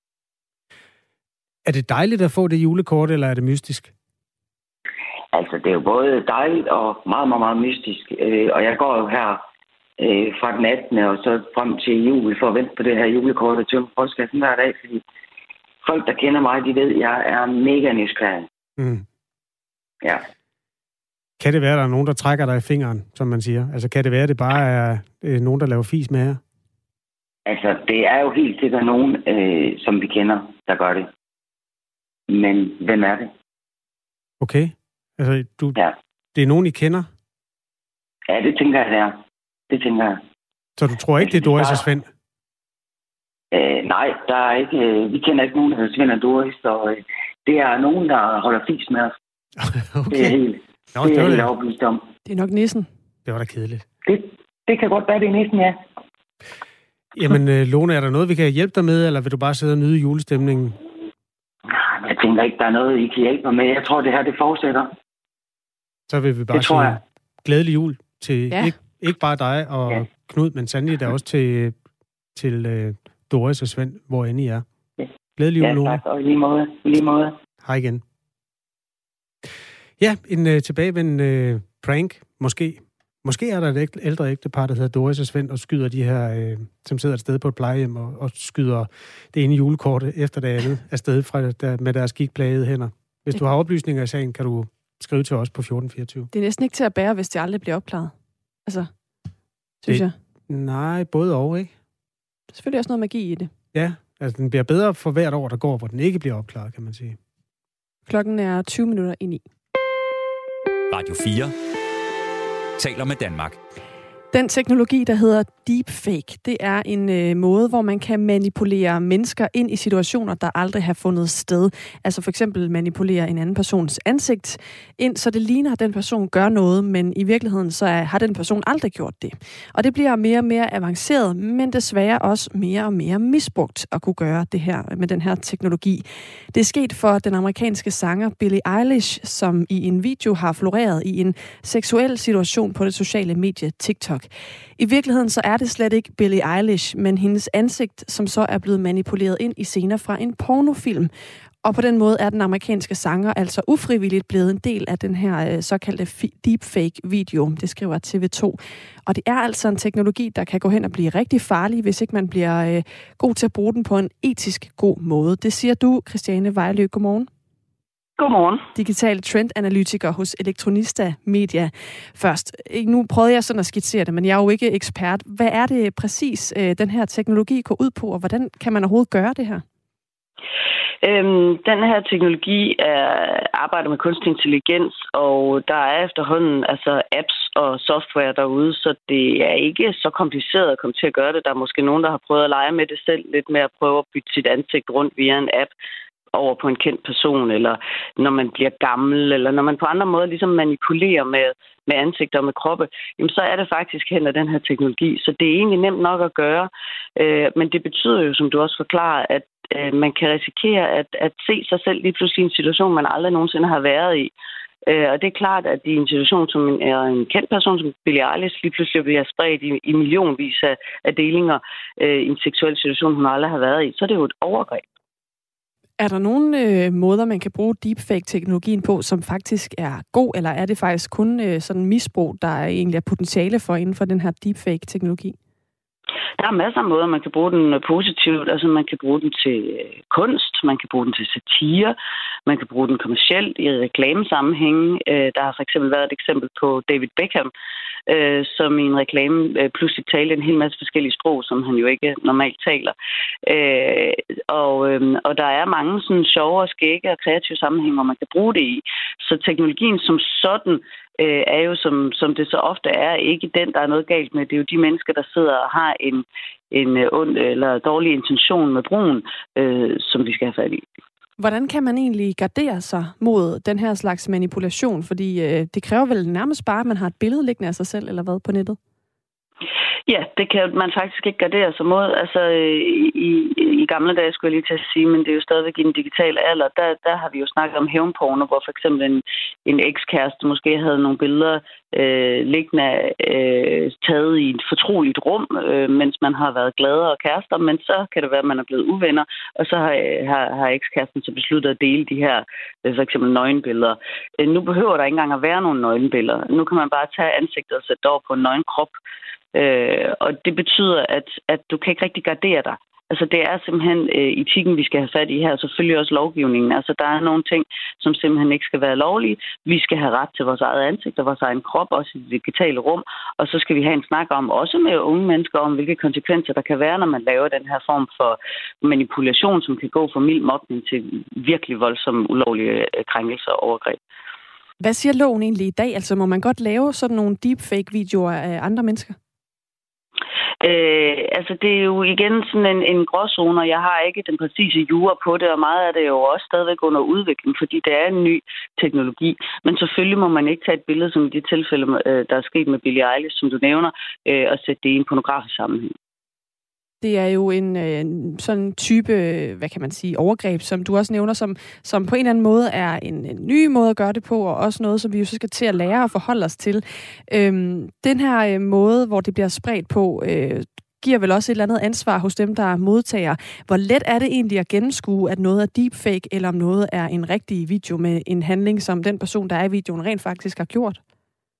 Er det dejligt at få det julekort, eller er det mystisk? Altså, det er jo både dejligt og meget, meget, meget mystisk. Og jeg går jo her fra den 18. og så frem til jul for at vente på det her julekort og tømme postkassen hver dag, fordi folk, der kender mig, de ved, at jeg er mega nysgerrig. Mm. Ja. Kan det være, at der er nogen, der trækker dig i fingeren, som man siger? Altså, kan det være, at det bare er nogen, der laver fis med jer? Altså, det er jo helt sikkert nogen, som vi kender, der gør det. Men hvem er det? Okay. Altså, det er nogen, I kender? Ja, det tænker jeg, det er. Det tænker jeg. Så du tror ikke, det er Doris og Svend? Nej, der er ikke. Vi kender ikke nogen, der hedder Svend og Doris, og det er nogen, der holder fis med os. Okay. Det er helt, det er helt overbevist om. Det er nok nissen. Det var da kedeligt. Det kan godt være, det er nissen, ja. Jamen, Lone, er der noget, vi kan hjælpe dig med, eller vil du bare sidde og nyde julestemningen? Jeg tænker ikke, der er noget, I kan hjælpe mig med. Jeg tror, det her, det fortsætter. Så vil vi bare sige glædelig jul til ikke bare dig og Knud, men sandelig da også til Doris og Svend, hvor end I er. Glædelig jul, Lone. Ja, tak, og i lige måde. Hej igen. Ja, en tilbagevendende prank, måske. Måske er der et ældre ægtepar, der hedder Doris og Svend, og skyder de her, som sidder et sted på et plejehjem, og skyder det ene julekort efter det andet afsted med deres gigtplagede hænder. Hvis du har oplysninger i sagen, kan du skrive til os på 1424. Det er næsten ikke til at bære, hvis det aldrig bliver opklaret. Altså, synes jeg. Nej, både og, ikke? Der er selvfølgelig også noget magi i det. Ja, altså den bliver bedre for hvert år, der går, hvor den ikke bliver opklaret, kan man sige. Klokken er 20 minutter i 9. Radio 4 taler med Danmark. Den teknologi, der hedder deepfake, det er en måde, hvor man kan manipulere mennesker ind i situationer, der aldrig har fundet sted. Altså for eksempel manipulere en anden persons ansigt ind, så det ligner, at den person gør noget, men i virkeligheden så har den person aldrig gjort det. Og det bliver mere og mere avanceret, men desværre også mere og mere misbrugt at kunne gøre det her med den her teknologi. Det er sket for den amerikanske sanger Billie Eilish, som i en video har floreret i en seksuel situation på det sociale medie TikTok. I virkeligheden så er det slet ikke Billie Eilish, men hendes ansigt, som så er blevet manipuleret ind i scener fra en pornofilm. Og på den måde er den amerikanske sanger altså ufrivilligt blevet en del af den her såkaldte deepfake-video, det skriver TV2. Og det er altså en teknologi, der kan gå hen og blive rigtig farlig, hvis ikke man bliver god til at bruge den på en etisk god måde. Det siger du, Christiane Vejlø. Godmorgen. Godmorgen. Digital trendanalytiker hos Elektronista Media. Først, nu prøvede jeg sådan at skitsere det, men jeg er jo ikke ekspert. Hvad er det præcis, den her teknologi går ud på, og hvordan kan man overhovedet gøre det her? Den her teknologi arbejder med kunstig intelligens, og der er efterhånden altså apps og software derude, så det er ikke så kompliceret at komme til at gøre det. Der er måske nogen, der har prøvet at lege med det selv, lidt med at prøve at bytte sit ansigt rundt via en app over på en kendt person, eller når man bliver gammel, eller når man på andre måder ligesom manipulerer med ansigter og med kroppe, jamen så er det faktisk hen ad den her teknologi. Så det er egentlig nemt nok at gøre, men det betyder jo, som du også forklarer, at man kan risikere at se sig selv lige pludselig i en situation, man aldrig nogensinde har været i. Og det er klart, at i en situation, som er en kendt person, som Billie Eilish, lige pludselig bliver spredt i millionvis af delinger i en seksuel situation, hun aldrig har været i, så er det jo et overgreb. Er der nogle måder, man kan bruge deepfake-teknologien på, som faktisk er god, eller er det faktisk kun sådan misbrug, der egentlig er potentiale for inden for den her deepfake-teknologi? Der er masser af måder, man kan bruge den positivt. Altså man kan bruge den til kunst, man kan bruge den til satire, man kan bruge den kommercielt i reklamesammenhænge. Der har for eksempel været et eksempel på David Beckham, som i en reklame pludselig talte en hel masse forskellige sprog, som han jo ikke normalt taler. Og der er mange sådan sjove og skægge og kreative sammenhænge, hvor man kan bruge det i. Så teknologien som sådan er jo, som det så ofte er, ikke den, der er noget galt med. Det er jo de mennesker, der sidder og har en ond eller dårlig intention med brugen, som vi skal have fat i. Hvordan kan man egentlig gardere sig mod den her slags manipulation? Fordi det kræver vel nærmest bare, at man har et billede liggende af sig selv, eller hvad, på nettet? Ja, det kan man faktisk ikke gardere sig mod. Altså, i gamle dage skulle jeg lige til at sige, men det er jo stadigvæk i den digitale alder. Der har vi jo snakket om hævnporno, hvor for eksempel en ekskæreste måske havde nogle billeder liggende taget i et fortroligt rum, mens man har været glade og kærester, men så kan det være, at man er blevet uvenner, og så har ekskæresten så besluttet at dele de her for eksempel nøgenbilleder. Nu behøver der ikke engang at være nogle nøgenbilleder. Nu kan man bare tage ansigtet og sætte det over på en nøgen krop. Og det betyder, at du kan ikke rigtig gardere dig. Altså det er simpelthen etikken, vi skal have fat i her, og selvfølgelig også lovgivningen. Altså der er nogle ting, som simpelthen ikke skal være lovlige. Vi skal have ret til vores eget ansigt og vores egen krop, også i det digitale rum. Og så skal vi have en snak om, også med unge mennesker, om hvilke konsekvenser der kan være, når man laver den her form for manipulation, som kan gå fra mild mobning til virkelig voldsomme, ulovlige krænkelser og overgreb. Hvad siger loven egentlig i dag? Altså må man godt lave sådan nogle deepfake-videoer af andre mennesker? Altså det er jo igen sådan en gråzone, og jeg har ikke den præcise jura på det, og meget af det er jo også stadigvæk under udvikling, fordi det er en ny teknologi. Men selvfølgelig må man ikke tage et billede, som i de tilfælde, der er sket med Billie Eilish, som du nævner, og sætte det i en pornografisk sammenhæng. Det er jo en sådan type, hvad kan man sige, overgreb, som du også nævner, som på en eller anden måde er en ny måde at gøre det på, og også noget, som vi jo så skal til at lære og forholde os til. Den her måde, hvor det bliver spredt på, giver vel også et eller andet ansvar hos dem, der modtager. Hvor let er det egentlig at gennemskue, at noget er deepfake, eller om noget er en rigtig video med en handling, som den person, der er i videoen, rent faktisk har gjort?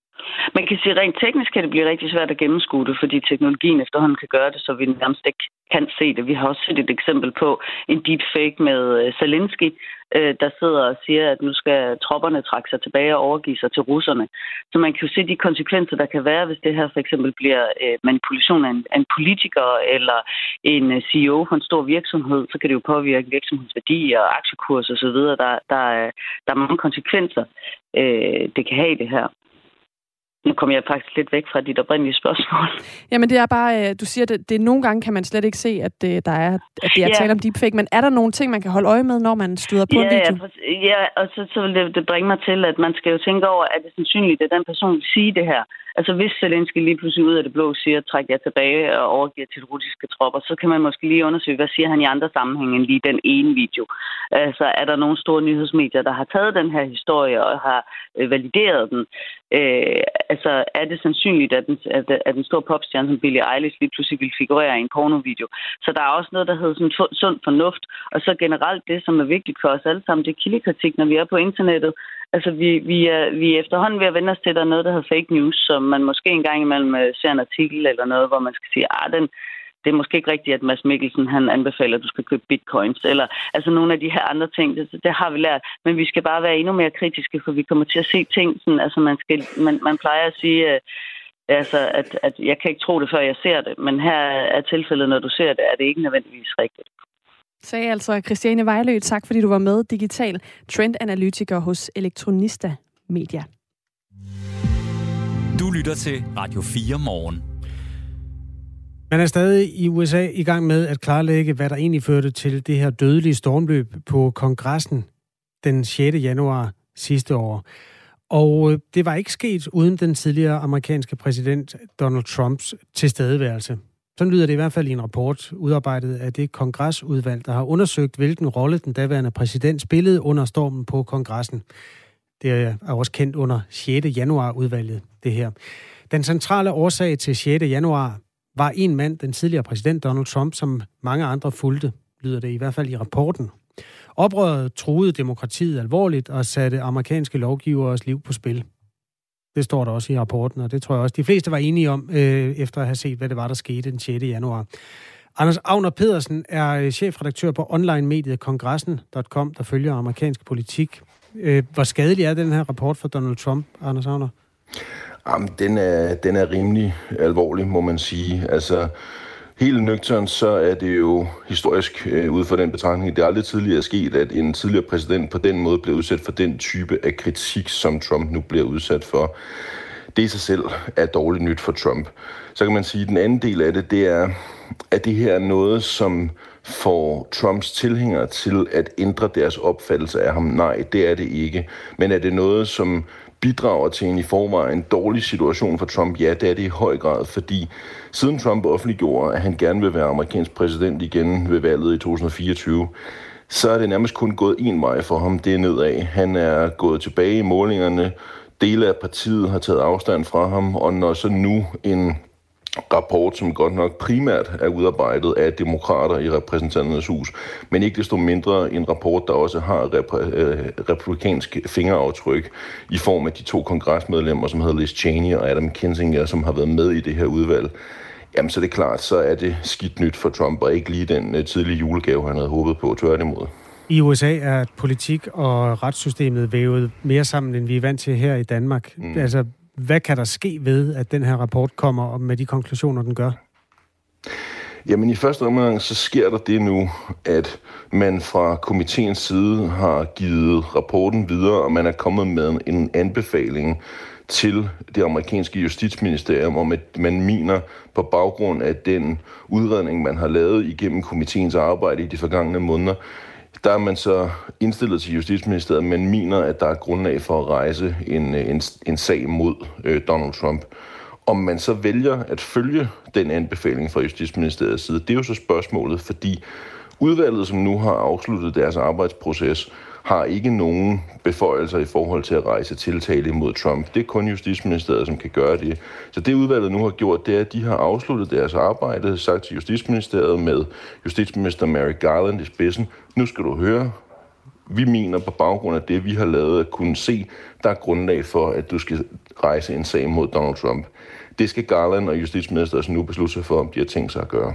Man kan sige, rent teknisk kan det blive rigtig svært at gennemskue det, fordi teknologien efterhånden kan gøre det, så vi nærmest ikke kan se det. Vi har også set et eksempel på en deepfake med Zelensky, der sidder og siger, at nu skal tropperne trække sig tilbage og overgive sig til russerne. Så man kan jo se de konsekvenser, der kan være, hvis det her for eksempel bliver manipulation af en politiker eller en CEO for en stor virksomhed, så kan det jo påvirke virksomhedsværdi og aktiekurs og så videre. Der er mange konsekvenser, det kan have det her. Nu kommer jeg faktisk lidt væk fra dit oprindelige spørgsmål. Jamen det er bare, du siger, at det nogle gange kan man slet ikke se, at det er tale om deepfake, men er der nogle ting, man kan holde øje med, når man støder på en video? Ja, og så vil det bringe mig til, at man skal jo tænke over, at det er sandsynligt, at den person vil sige det her. Altså hvis Zelensky lige pludselig ud af det blå siger, træk jer tilbage og overgiver til de russiske tropper, så kan man måske lige undersøge, hvad siger han i andre sammenhænge end lige den ene video. Altså er der nogle store nyhedsmedier, der har taget den her historie og har valideret den? Altså er det sandsynligt, at den store popstjerne som Billie Eilish lige pludselig vil figurere i en pornovideo? Så der er også noget, der hedder sådan sund fornuft, og så generelt det, som er vigtigt for os alle sammen, det er kildekritik, når vi er på internettet. Altså, vi er efterhånden ved at vende os til, at der er noget, der hedder fake news, som man måske engang imellem ser en artikel eller noget, hvor man skal sige, det er måske ikke rigtigt, at Mads Mikkelsen han anbefaler, at du skal købe bitcoins, eller altså nogle af de her andre ting, det har vi lært. Men vi skal bare være endnu mere kritiske, for vi kommer til at se ting, sådan, altså man plejer at sige, at jeg kan ikke tro det, før jeg ser det, men her er tilfældet, når du ser det, er det ikke nødvendigvis rigtigt. Sagde altså Christiane Vejlø. Tak fordi du var med, digital trendanalytiker hos Elektronista Media. Du lytter til Radio 4 morgen. Man er stadig i USA i gang med at klarlægge, hvad der egentlig førte til det her dødelige stormløb på kongressen den 6. januar sidste år. Og det var ikke sket uden den tidligere amerikanske præsident Donald Trumps tilstedeværelse. Sådan lyder det i hvert fald i en rapport udarbejdet af det kongresudvalg, der har undersøgt, hvilken rolle den daværende præsident spillede under stormen på kongressen. Det er også kendt under 6. januar-udvalget, det her. Den centrale årsag til 6. januar var en mand, den tidligere præsident Donald Trump, som mange andre fulgte, lyder det i hvert fald i rapporten. Oprøret truede demokratiet alvorligt og satte amerikanske lovgiveres liv på spil. Det står der også i rapporten, og det tror jeg også, de fleste var enige om, efter at have set, hvad det var, der skete den 6. januar. Anders Agner Pedersen er chefredaktør på online-mediet kongressen.com, der følger amerikansk politik. Hvor skadelig er den her rapport for Donald Trump, Anders Agner? Jamen, den er rimelig alvorlig, må man sige. Altså, helt nøgternt, så er det jo historisk ud fra den betragtning. Det er aldrig tidligere sket, at en tidligere præsident på den måde bliver udsat for den type af kritik, som Trump nu bliver udsat for. Det i sig selv er dårligt nyt for Trump. Så kan man sige, at den anden del af det, det er, at det her er noget, som får Trumps tilhængere til at ændre deres opfattelse af ham. Nej, det er det ikke. Men er det noget, som bidrager til en i forvejen dårlig situation for Trump? Ja, det er det i høj grad, fordi siden Trump offentliggjorde, at han gerne vil være amerikansk præsident igen ved valget i 2024, så er det nærmest kun gået en vej for ham, det er nedad. Han er gået tilbage i målingerne, dele af partiet har taget afstand fra ham, og når så nu en rapport, som godt nok primært er udarbejdet af demokrater i repræsentanternes hus, men ikke desto mindre en rapport, der også har republikansk fingeraftryk i form af de 2 kongresmedlemmer, som hedder Liz Cheney og Adam Kinzinger, som har været med i det her udvalg. Jamen, så er det klart, så er det skidt nyt for Trump, og ikke lige den tidlige julegave, han havde håbet på, tværtimod. I USA er politik og retssystemet vævet mere sammen, end vi er vant til her i Danmark. Altså, hvad kan der ske ved, at den her rapport kommer og med de konklusioner, den gør? Jamen i første omgang, så sker der det nu, at man fra komiteens side har givet rapporten videre, og man er kommet med en anbefaling til det amerikanske justitsministerium om, at man mener på baggrund af den udredning, man har lavet igennem komiteens arbejde i de forgangne måneder, der er man så indstillet til Justitsministeriet, men mener, at der er grundlag for at rejse en sag mod Donald Trump. Om man så vælger at følge den anbefaling fra Justitsministeriets side, det er jo så spørgsmålet, fordi udvalget, som nu har afsluttet deres arbejdsproces, har ikke nogen beføjelser i forhold til at rejse tiltale imod Trump. Det er kun Justitsministeriet, som kan gøre det. Så det udvalget nu har gjort, det er, at de har afsluttet deres arbejde, sagt til Justitsministeriet med justitsminister Merrick Garland i spidsen. Nu skal du høre, Vi mener på baggrund af det, vi har lavet, at kunne se, der er grundlag for, at du skal rejse en sag mod Donald Trump. Det skal Garland og justitsministeriet nu beslutte sig for, om de har tænkt sig at gøre.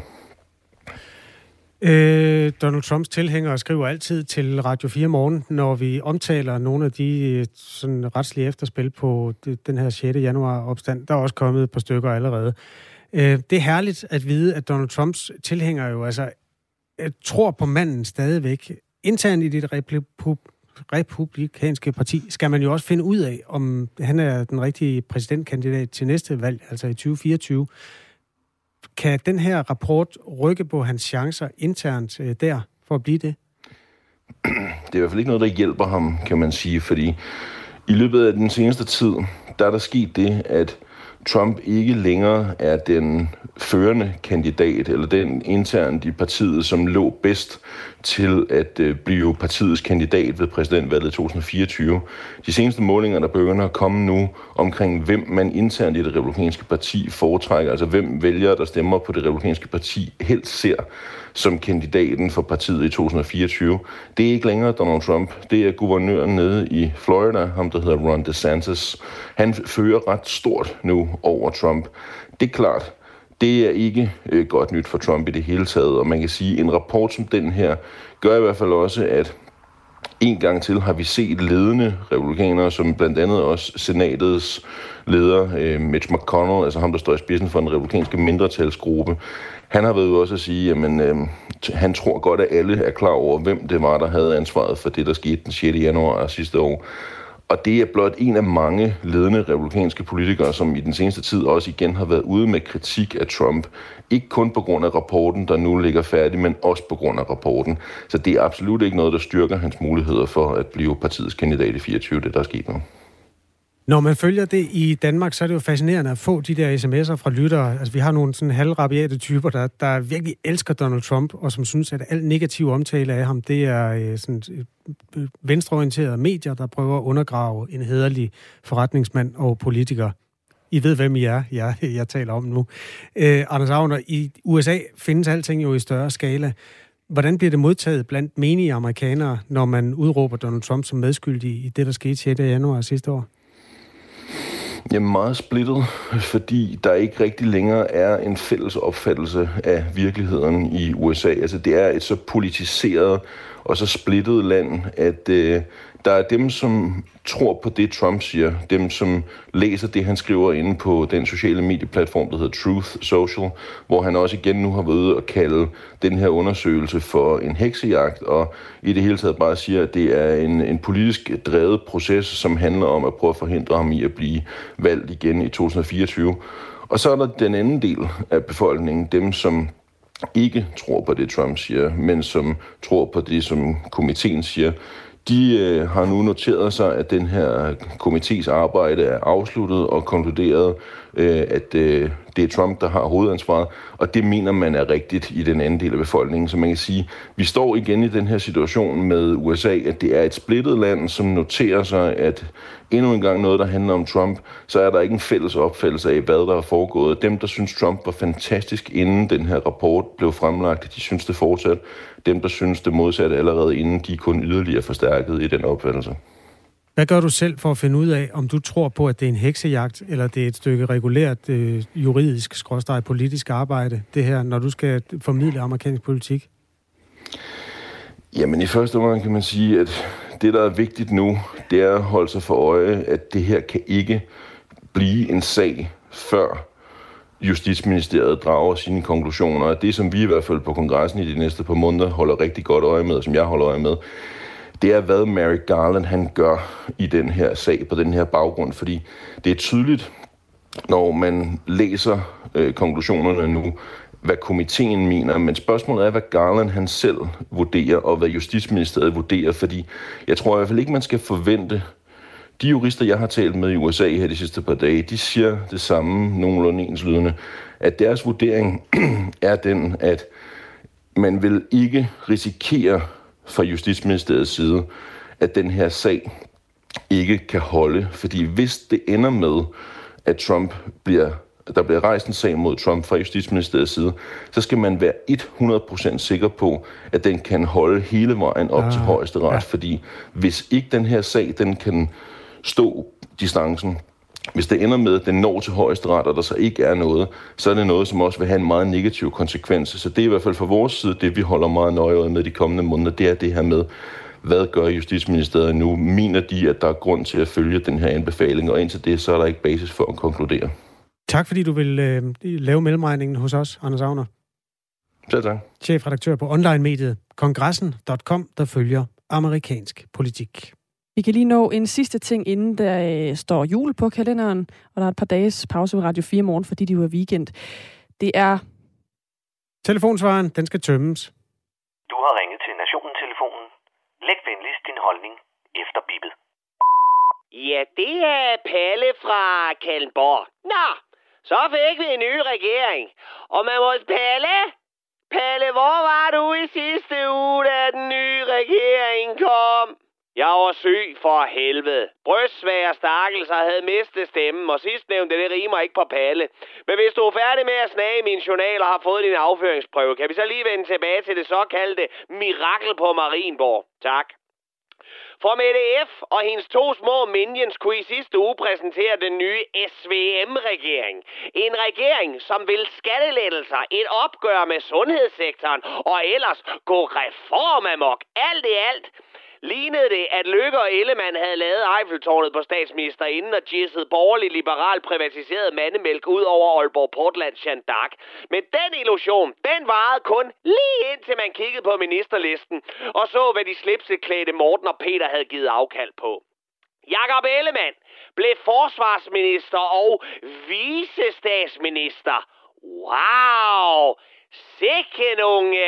Donald Trumps tilhængere skriver altid til Radio 4 Morgen, når vi omtaler nogle af de sådan retslige efterspil på den her 6. januar opstand. Der er også kommet et par stykker allerede. Det er herligt at vide, at Donald Trumps tilhængere jo altså tror på manden stadigvæk. Internt i det republikanske parti skal man jo også finde ud af, om han er den rigtige præsidentkandidat til næste valg, altså i 2024. Kan den her rapport rykke på hans chancer internt der for at blive det? Det er i hvert fald ikke noget, der hjælper ham, kan man sige, fordi i løbet af den seneste tid, der er der sket det, at Trump ikke længere er den førende kandidat, eller den internt i partiet, som lå bedst til at blive partiets kandidat ved præsidentvalget 2024. De seneste målinger, der begynder at komme nu omkring, hvem man internt i det republikanske parti foretrækker, altså hvem vælgere, der stemmer på det republikanske parti, helst ser som kandidaten for partiet i 2024. Det er ikke længere Donald Trump. Det er guvernøren nede i Florida, ham der hedder Ron DeSantis. Han fører ret stort nu over Trump. Det er klart, det er ikke godt nyt for Trump i det hele taget, og man kan sige, at en rapport som den her gør i hvert fald også, at en gang til har vi set ledende republikanere, som blandt andet også senatets leder, Mitch McConnell, altså ham, der står i spidsen for den republikanske mindretalsgruppe. Han har været også at sige, at han tror godt, at alle er klar over, hvem det var, der havde ansvaret for det, der skete den 6. januar sidste år. Og det er blot en af mange ledende republikanske politikere, som i den seneste tid også igen har været ude med kritik af Trump. Ikke kun på grund af rapporten, der nu ligger færdig, men også på grund af rapporten. Så det er absolut ikke noget, der styrker hans muligheder for at blive partiets kandidat i 24, det der er sket nu. Når man følger det i Danmark, så er det jo fascinerende at få de der sms'er fra lyttere. Altså, vi har nogle sådan halvrabiate typer, der virkelig elsker Donald Trump, og som synes, at al negativ omtale af ham, det er sådan venstreorienterede medier, der prøver at undergrave en hæderlig forretningsmand og politiker. I ved, hvem I er, jeg taler om nu. Anders Agner, i USA findes alting jo i større skala. Hvordan bliver det modtaget blandt menige amerikanere, når man udråber Donald Trump som medskyldig i det, der skete 6. januar sidste år? Jamen meget splittet, fordi der ikke rigtig længere er en fælles opfattelse af virkeligheden i USA. Altså det er et så politiseret og så splittet land, at der er dem, som tror på det, Trump siger. Dem, som læser det, han skriver inde på den sociale medieplatform, der hedder Truth Social, hvor han også igen nu har været ude og kalde den her undersøgelse for en heksejagt, og i det hele taget bare siger, at det er en politisk drevet proces, som handler om at prøve at forhindre ham i at blive valgt igen i 2024. Og så er der den anden del af befolkningen, dem som ikke tror på det, Trump siger, men som tror på det, som komiteen siger. De har nu noteret sig, at den her komités arbejde er afsluttet og konkluderet, at det er Trump, der har hovedansvaret, og det mener man er rigtigt i den anden del af befolkningen. Så man kan sige, vi står igen i den her situation med USA, at det er et splittet land, som noterer sig, at endnu en gang noget, der handler om Trump, så er der ikke en fælles opfattelse af, hvad der er foregået. Dem, der synes Trump var fantastisk, inden den her rapport blev fremlagt, de synes det fortsat. Dem, der synes det modsatte allerede inden, de er kun yderligere forstærket i den opfattelse. Hvad gør du selv for at finde ud af, om du tror på, at det er en heksejagt, eller det er et stykke regulært juridisk/politisk arbejde, det her, når du skal formidle amerikansk politik? Jamen i første omgang kan man sige, at det, der er vigtigt nu, det er at holde sig for øje, at det her kan ikke blive en sag, før Justitsministeriet drager sine konklusioner. Og det, som vi i hvert fald på kongressen i de næste par måneder holder rigtig godt øje med, og som jeg holder øje med, det er, hvad Merrick Garland han gør i den her sag på den her baggrund. Fordi det er tydeligt, når man læser konklusionerne nu, hvad komiteen mener, men spørgsmålet er, hvad Garland han selv vurderer, og hvad Justitsministeriet vurderer, fordi jeg tror i hvert fald ikke, man skal forvente. De jurister, jeg har talt med i USA her de sidste par dage, de siger det samme, nogenlunde enslydende, at deres vurdering er den, at man vil ikke risikere fra Justitsministeriets side, at den her sag ikke kan holde. Fordi hvis det ender med, at Trump bliver der bliver rejst en sag mod Trump fra Justitsministeriets side, så skal man være 100% sikker på, at den kan holde hele vejen op til højesteret. Ja. Fordi hvis ikke den her sag, den kan stå distancen, hvis det ender med, at den når til højesteret, og der så ikke er noget, så er det noget, som også vil have en meget negativ konsekvens. Så det er i hvert fald fra vores side, det vi holder meget nøje med de kommende måneder, det er det her med, hvad gør Justitsministeriet nu? Mener de, at der er grund til at følge den her anbefaling, og indtil det, så er der ikke basis for at konkludere. Tak fordi du vil lave mellemregningen hos os, Anders Agner. Ja, tak. Chefredaktør på online-mediet kongressen.com, der følger amerikansk politik. Vi kan lige nå en sidste ting, inden der står jul på kalenderen, og der er et par dages pause ved Radio 4 morgen, fordi det jo er weekend. Det er... Telefonsvaren, den skal tømmes. Du har ringet til Nationen-telefonen. Læg venligst din holdning efter bippet. Ja, det er Palle fra Kalundborg. Nå, så fik vi en ny regering. Og man må... Palle, hvor var du i sidste uge, da den nye regering kom? Jeg var syg for helvede. Brystsvær stakkelser havde mistet stemmen, og sidstnævnte, det rimer ikke på Palle. Men hvis du er færdig med at snage min journal og har fået din afføringsprøve, kan vi så lige vende tilbage til det såkaldte mirakel på Marienborg. Tak. For Mette F. og hendes 2 små minions kunne i sidste uge præsentere den nye SVM-regering. En regering, som vil skattelettelser, et opgør med sundhedssektoren og ellers gå reformamok. Alt i alt lignede det, at Løkke og Ellemann havde lavet Eiffeltårnet på statsministerinden og jisset borgerlig liberal privatiseret mandemælk ud over Aalborg Portland Jeanne d'Arc. Men den illusion, den varede kun lige indtil man kiggede på ministerlisten og så, hvad de slipseklædte Morten og Peter havde givet afkald på. Jakob Ellemann blev forsvarsminister og vicestatsminister. Wow! Sikke nogle...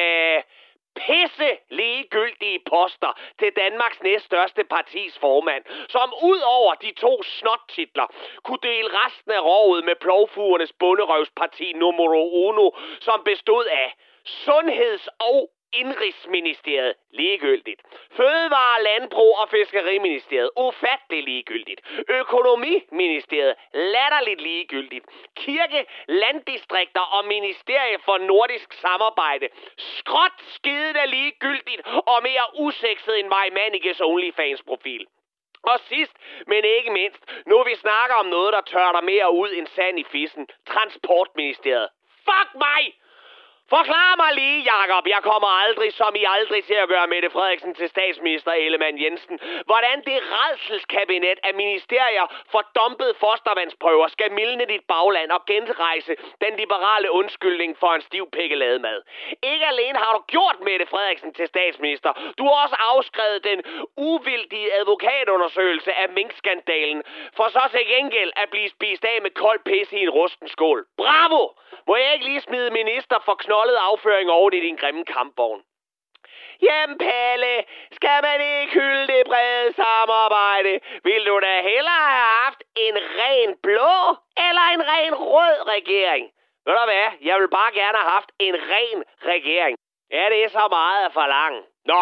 pisse ligegyldige poster til Danmarks næststørste partis formand, som ud over de 2 snottitler kunne dele resten af rovet med plovfugernes bunderøvsparti numero uno, som bestod af Sundheds- og Indrigsministeriet, ligegyldigt. Fødevare-, Landbrug- og Fiskeriministeriet, ufattelig ligegyldigt. Økonomiministeriet, latterligt ligegyldigt. Kirke, landdistrikter og Ministerie for Nordisk Samarbejde, skråt skidende ligegyldigt og mere usekset end Maj Manniges OnlyFans-profil. Og sidst, men ikke mindst, nu vi snakker om noget, der tørter mere ud end sand i fissen, Transportministeriet. Fuck mig! Forklar mig lige, Jakob. Jeg kommer aldrig, som I aldrig, til at gøre Mette Frederiksen til statsminister Ellemann Jensen. Hvordan det rædselskabinet af ministerier for dumpede fostervandsprøver skal mildne dit bagland og genrejse den liberale undskyldning for en stiv pikkelademad. Ikke alene har du gjort Mette Frederiksen til statsminister, du har også afskrevet den uvildige advokatundersøgelse af minkskandalen, for så til gengæld at blive spist af med kold pisse i en rusten skål. Bravo! Må jeg ikke lige smide minister for knoldet afføring over i din grimme kampvogn? Jamen Palle, skal man ikke hylde det brede samarbejde? Vil du da hellere have haft en ren blå eller en ren rød regering? Ved du hvad, jeg vil bare gerne have haft en ren regering. Ja, det er så meget at forlange. Nå,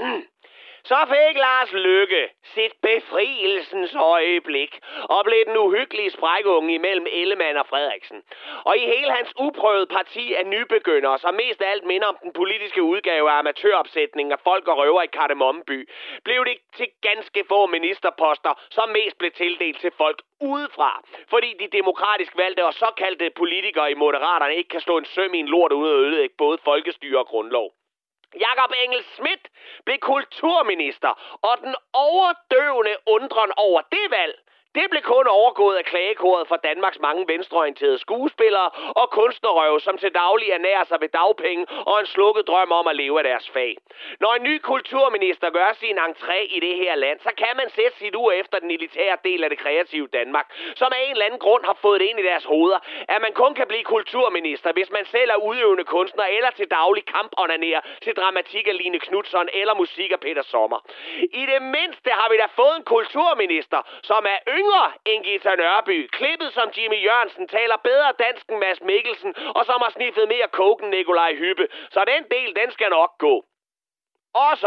så fik Lars Løkke sit befrielsens øjeblik og blev den uhyggelige sprækunge imellem Ellemann og Frederiksen. Og i hele hans uprøvede parti af nybegyndere, som mest af alt minder om den politiske udgave af amatøropsætningen af folk og røver i Kardemommeby, blev det til ganske få ministerposter, som mest blev tildelt til folk udefra, fordi de demokratisk valgte og såkaldte politikere i Moderaterne ikke kan slå en søm i en lort uden at ødelægge både folkestyre og grundlov. Jakob Engel-Schmidt blev kulturminister, og den overdøvende undren over det valg, det blev kun overgået af klagekoret for Danmarks mange venstreorienterede skuespillere og kunstnerrøve, som til daglig ernærer sig ved dagpenge og en slukket drøm om at leve af deres fag. Når en ny kulturminister gør sin entré i det her land, så kan man sætte sit ur efter den elitære del af det kreative Danmark, som af en eller anden grund har fået det ind i deres hoveder, at man kun kan blive kulturminister, hvis man selv er udøvende kunstner eller til daglig kamponanerer til dramatik af Line Knutzon eller musik af Peter Sommer. I det mindste har vi da fået en kulturminister, som er yngre end Gita Nørby, klippet som Jimmy Jørgensen, taler bedre dansk end Mads Mikkelsen, og som har sniffet mere coke end Nikolaj Hyppe. Så den del, den skal nok gå. Og så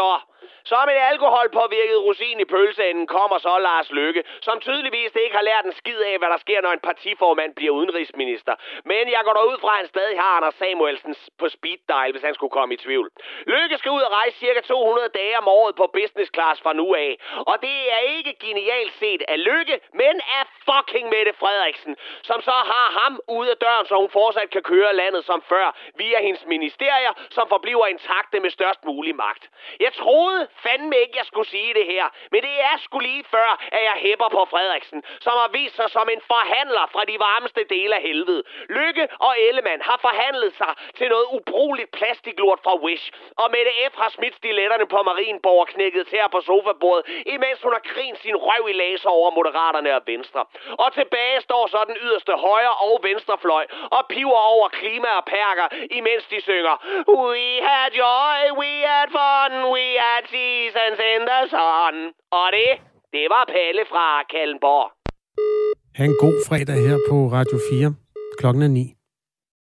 Som en alkoholpåvirket rosin i pølseenden kommer så Lars Løkke, som tydeligvis ikke har lært en skid af, hvad der sker, når en partiformand bliver udenrigsminister. Men jeg går derud fra, at han stadig har Anders Samuelsen på speed dial, hvis han skulle komme i tvivl. Løkke skal ud og rejse cirka 200 dage om året på business class fra nu af. Og det er ikke genialt set af Løkke, men af fucking Mette Frederiksen, som så har ham ude af døren, så hun fortsat kan køre landet som før, via hendes ministerier, som forbliver intakte med størst mulig magt. Jeg troede fandme ikke, jeg skulle sige det her, men det er sgu lige før, at jeg hæpper på Frederiksen, som har vist sig som en forhandler fra de varmeste dele af helvede. Løkke og Ellemann har forhandlet sig til noget ubrugeligt plastiklort fra Wish, og Mette F. har smidt stiletterne på Marienborg og knækket tæer på sofabordet, imens hun har grint sin røv i laser over Moderaterne og Venstre. Og tilbage står så den yderste højre og venstrefløj og piver over klima og perker, imens de synger We had joy, we had fun, we had seasons in the sun. Og det var Palle fra Kallenborg. Ha' en god fredag her på Radio 4. Klokken er 9.